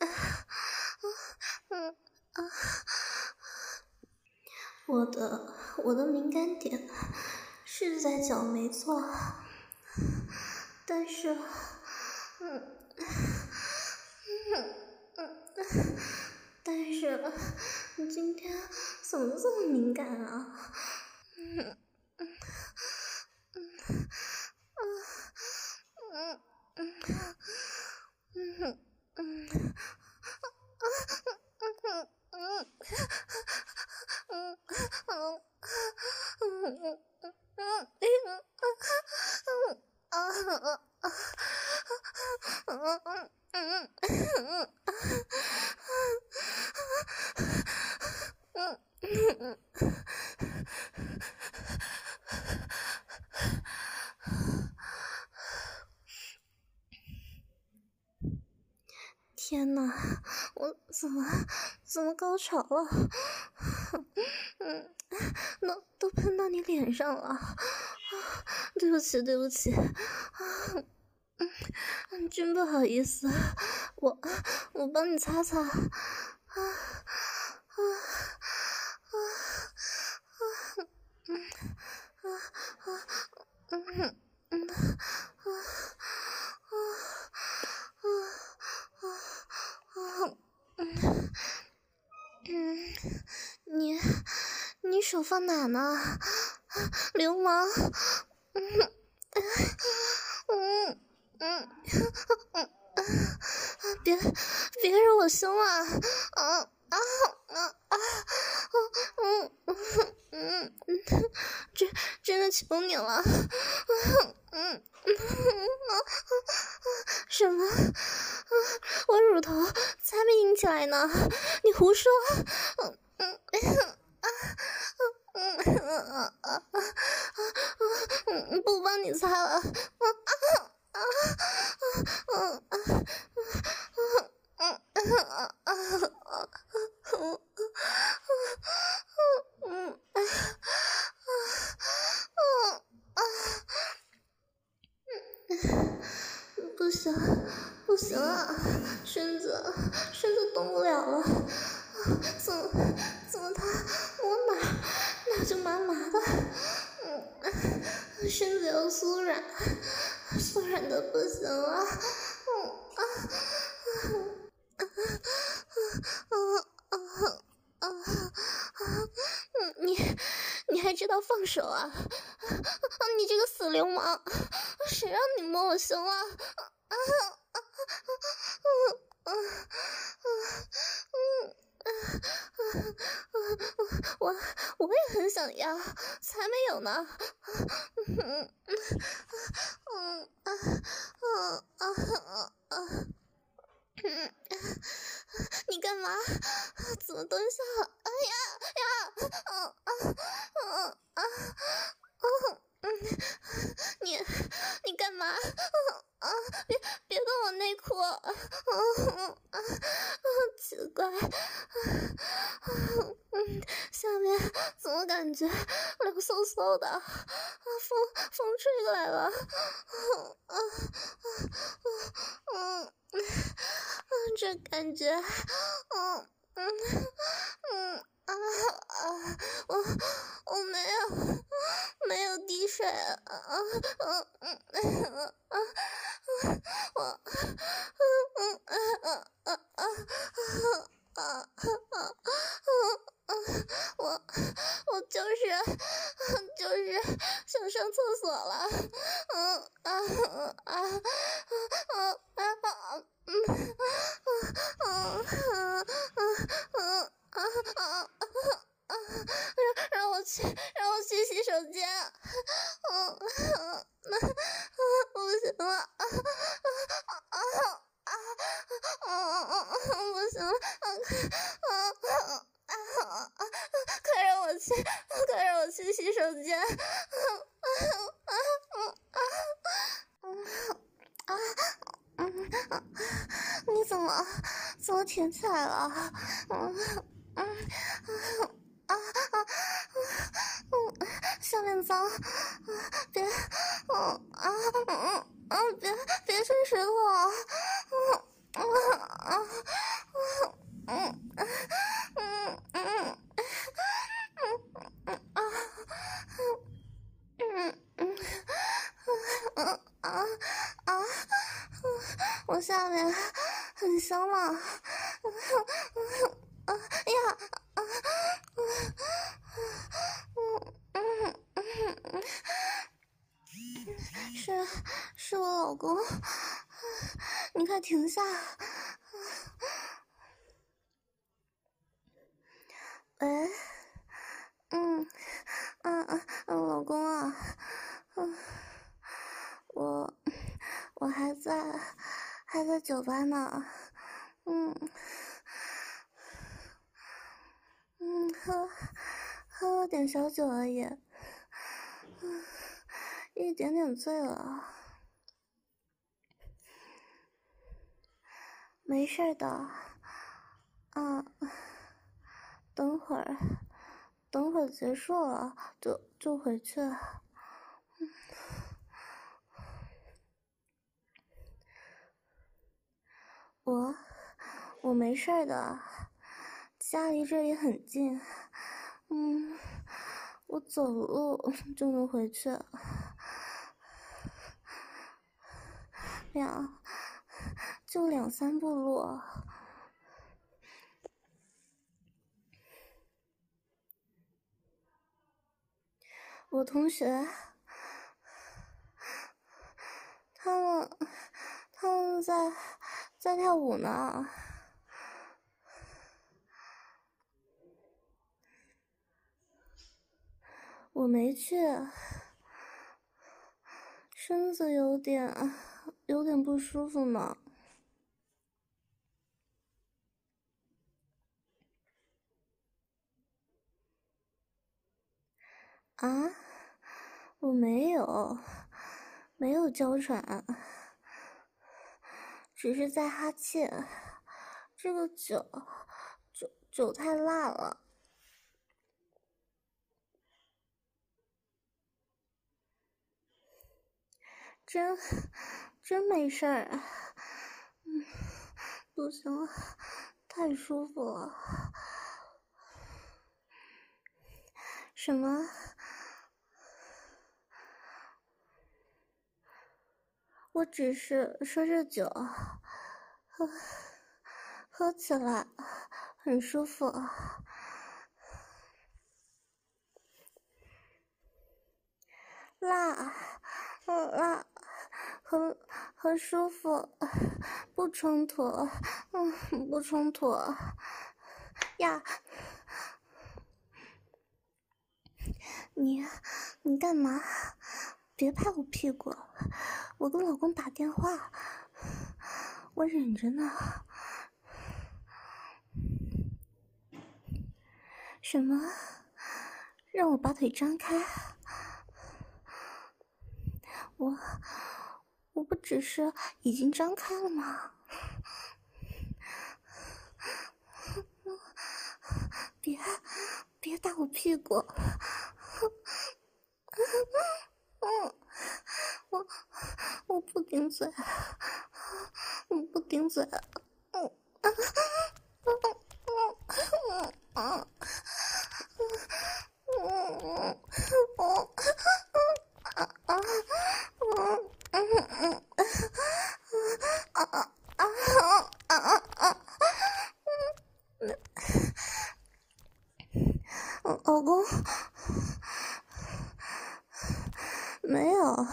嗯啊，我的我的敏感点是在脚没错，但是嗯嗯嗯，但是你今天怎么这么敏感啊？嗯嗯嗯嗯嗯嗯嗯嗯天哪，我怎么怎么高潮了？嗯，都都喷到你脸上了，对不起对不起，嗯，真不好意思，我我帮你擦擦。啊啊啊啊啊！嗯啊啊嗯嗯啊啊啊啊啊嗯嗯，你你手放哪呢？流氓！嗯嗯嗯嗯，别别惹我凶啊！啊啊啊啊！嗯嗯嗯嗯，真真的求你了！嗯嗯什么？我乳头才没硬起来呢！你胡说！嗯嗯啊嗯嗯啊嗯，不帮你擦了。啊啊啊啊啊啊啊啊啊！ 怎么怎么他摸哪哪就麻麻的，嗯，身子又酥软，酥软的不行了，嗯啊啊啊啊啊啊！你你还知道放手啊？你这个死流氓，谁让你摸我胸啊？啊啊啊啊啊啊！我我也很想要，才没有呢。嗯嗯啊啊啊啊啊！嗯，你干嘛？怎么蹲下了？哎呀呀！啊啊啊啊啊！嗯，你你干嘛？啊！别别动我内裤！啊啊啊！奇怪，嗯，下面怎么感觉凉飕飕的？啊，风风吹过来了！啊啊啊嗯嗯，这感觉，嗯嗯嗯啊啊！我我没有没有滴水啊啊啊嗯啊啊！我嗯嗯啊啊啊啊啊啊啊！我我就是就是想上厕所了，嗯啊啊啊啊啊啊嗯啊啊啊啊啊啊！让让我去让我去洗手间，嗯嗯那不行了，啊啊啊啊啊不行了，啊啊啊啊啊！快让我去，快让我去洗手间，啊啊啊啊啊！嗯，你怎么怎么挺起来了？嗯嗯啊啊啊！嗯，下面脏，别，嗯啊嗯嗯，别别吹水我，嗯啊啊嗯嗯嗯嗯嗯啊嗯嗯嗯啊啊！我下面很香吗？啊呀啊嗯嗯嗯，是是我老公，你快停下！喂，嗯嗯嗯，老公啊，嗯，我我还在还在酒吧呢，嗯嗯，喝喝了点小酒而已，嗯，一点点醉了，没事的，啊，等会儿等会儿结束了就就回去。我我没事的，家离这里很近，嗯，我走路就能回去，两就两三步路。我同学，他们他们在在跳舞呢。我没去，身子有点有点不舒服呢。啊，我没有，没有娇喘，只是在哈气。这个酒，酒酒太辣了。真真没事儿，嗯，不行了，太舒服了， 什么？我只是说这酒喝喝起来很舒服，辣，嗯辣，很很舒服，不冲突，嗯不冲突呀。你你干嘛？别拍我屁股，我跟老公打电话，我忍着呢。什么？让我把腿张开？我我不只是已经张开了吗？别别打我屁股！嗯，我我不顶嘴，我不顶嘴。嗯嗯嗯嗯嗯嗯嗯啊啊嗯嗯嗯啊啊啊啊啊！老公，没有，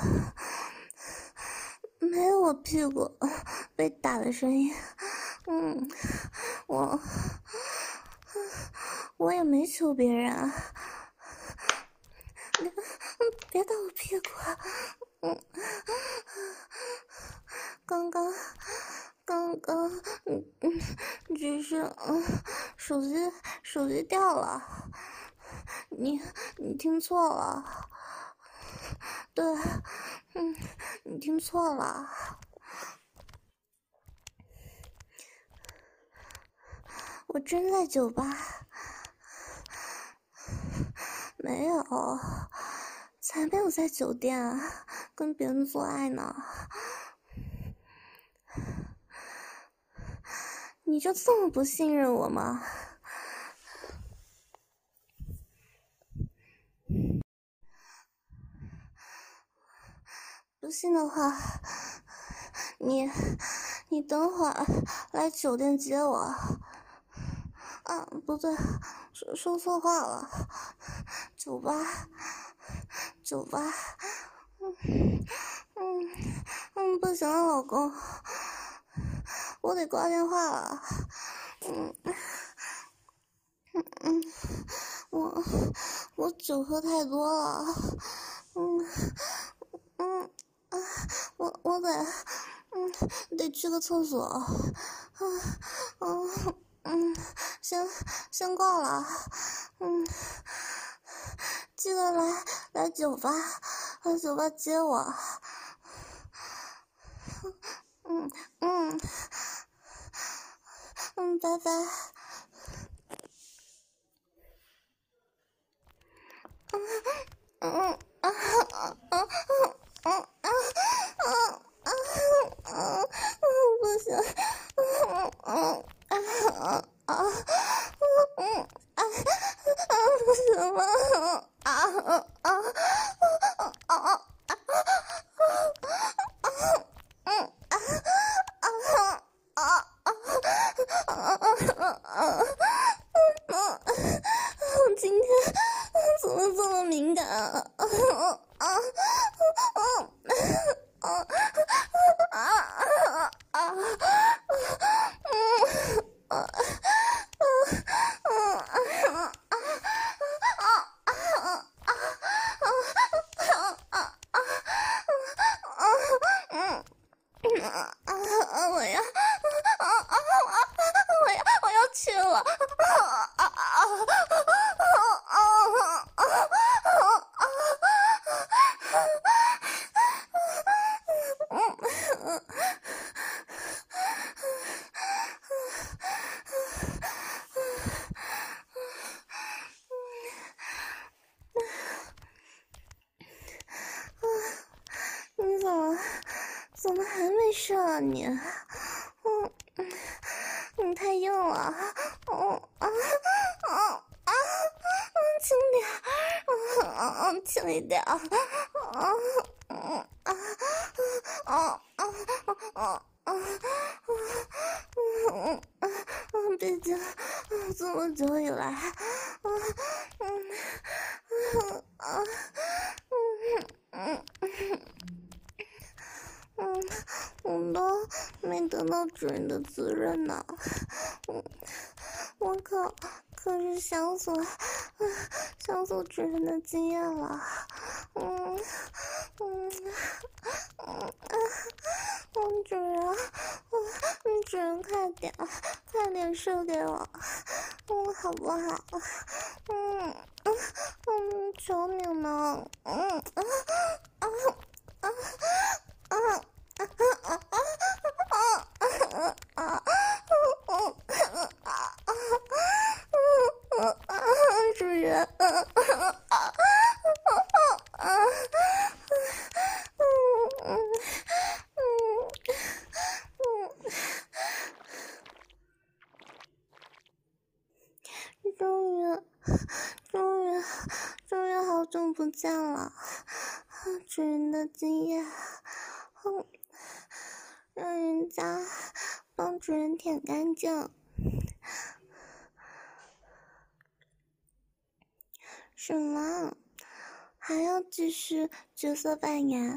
没有我屁股被打的声音。嗯，我我也没求别人啊。别别打我屁股！嗯，刚刚刚刚嗯嗯，只是嗯手机手机掉了。你你听错了，对，嗯，你听错了。我真在酒吧，没有，才没有在酒店啊，跟别人做爱呢。你就这么不信任我吗？不信的话，你你等会儿来酒店接我。啊，不对，说说错话了，酒吧，酒吧。嗯嗯嗯，不行了，老公，我得挂电话了。嗯嗯嗯，我我酒喝太多了。嗯嗯啊，我我得嗯得去个厕所。啊嗯嗯，先先挂了。嗯，记得来来酒吧，来酒吧接我。嗯嗯嗯，拜拜。嗯嗯啊啊啊啊啊啊啊啊！不行，嗯嗯啊啊嗯啊啊不行了啊啊啊啊啊！我今天怎么这么敏感啊？啊啊啊啊啊啊啊！我要，我要，我要去了！你怎么怎么还没射啊你？嗯，你太硬了。嗯啊啊啊！轻点，啊轻一点，啊啊啊啊啊啊啊！嗯嗯，毕竟这么久以来，嗯嗯嗯啊嗯嗯嗯，我都没得到主人的滋润呢。嗯，我可可是想索想索主人的经验了。嗯嗯嗯嗯，主人，嗯，主人快点快点射给我，嗯，好不好？嗯嗯嗯，求你了。嗯啊啊啊啊啊啊啊啊啊！主人，终于，终于，终于好久不见了，主人的经验，嗯，让人家帮主人舔干净。什么？还要继续角色扮演？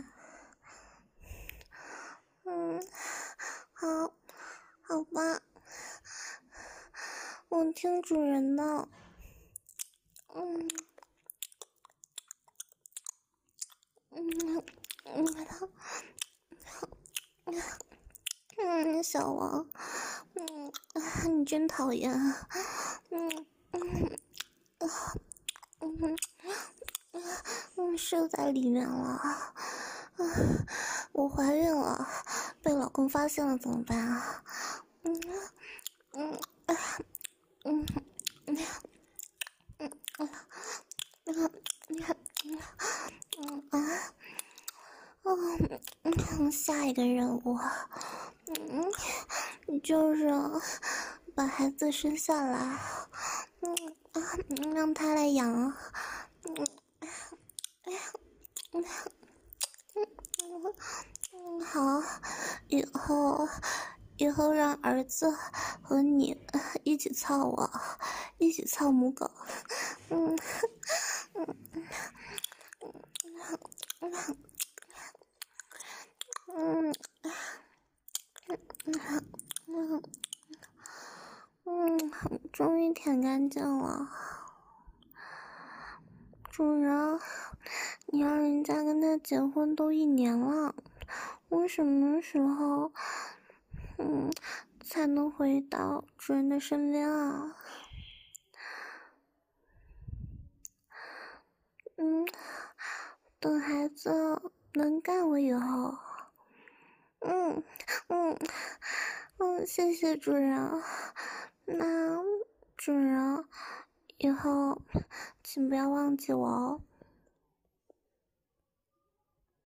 嗯，好，好吧，我听主人的。嗯嗯嗯嗯，小王，嗯，你真讨厌。嗯嗯嗯嗯，射在里面了。嗯，我怀孕了，被老公发现了怎么办啊？嗯嗯嗯嗯嗯嗯嗯嗯啊嗯嗯，下一个任务，嗯，就是把孩子生下来，嗯啊，让他来养，嗯嗯嗯嗯，好，以后以后让儿子和你一起操我，一起操母狗，嗯嗯嗯嗯嗯嗯，终于舔干净了，主人，你让人家跟他结婚都一年了，我什么时候嗯才能回到主人的身边啊？嗯，等孩子能干我以后，嗯嗯嗯，谢谢主人。那主人以后请不要忘记我哦。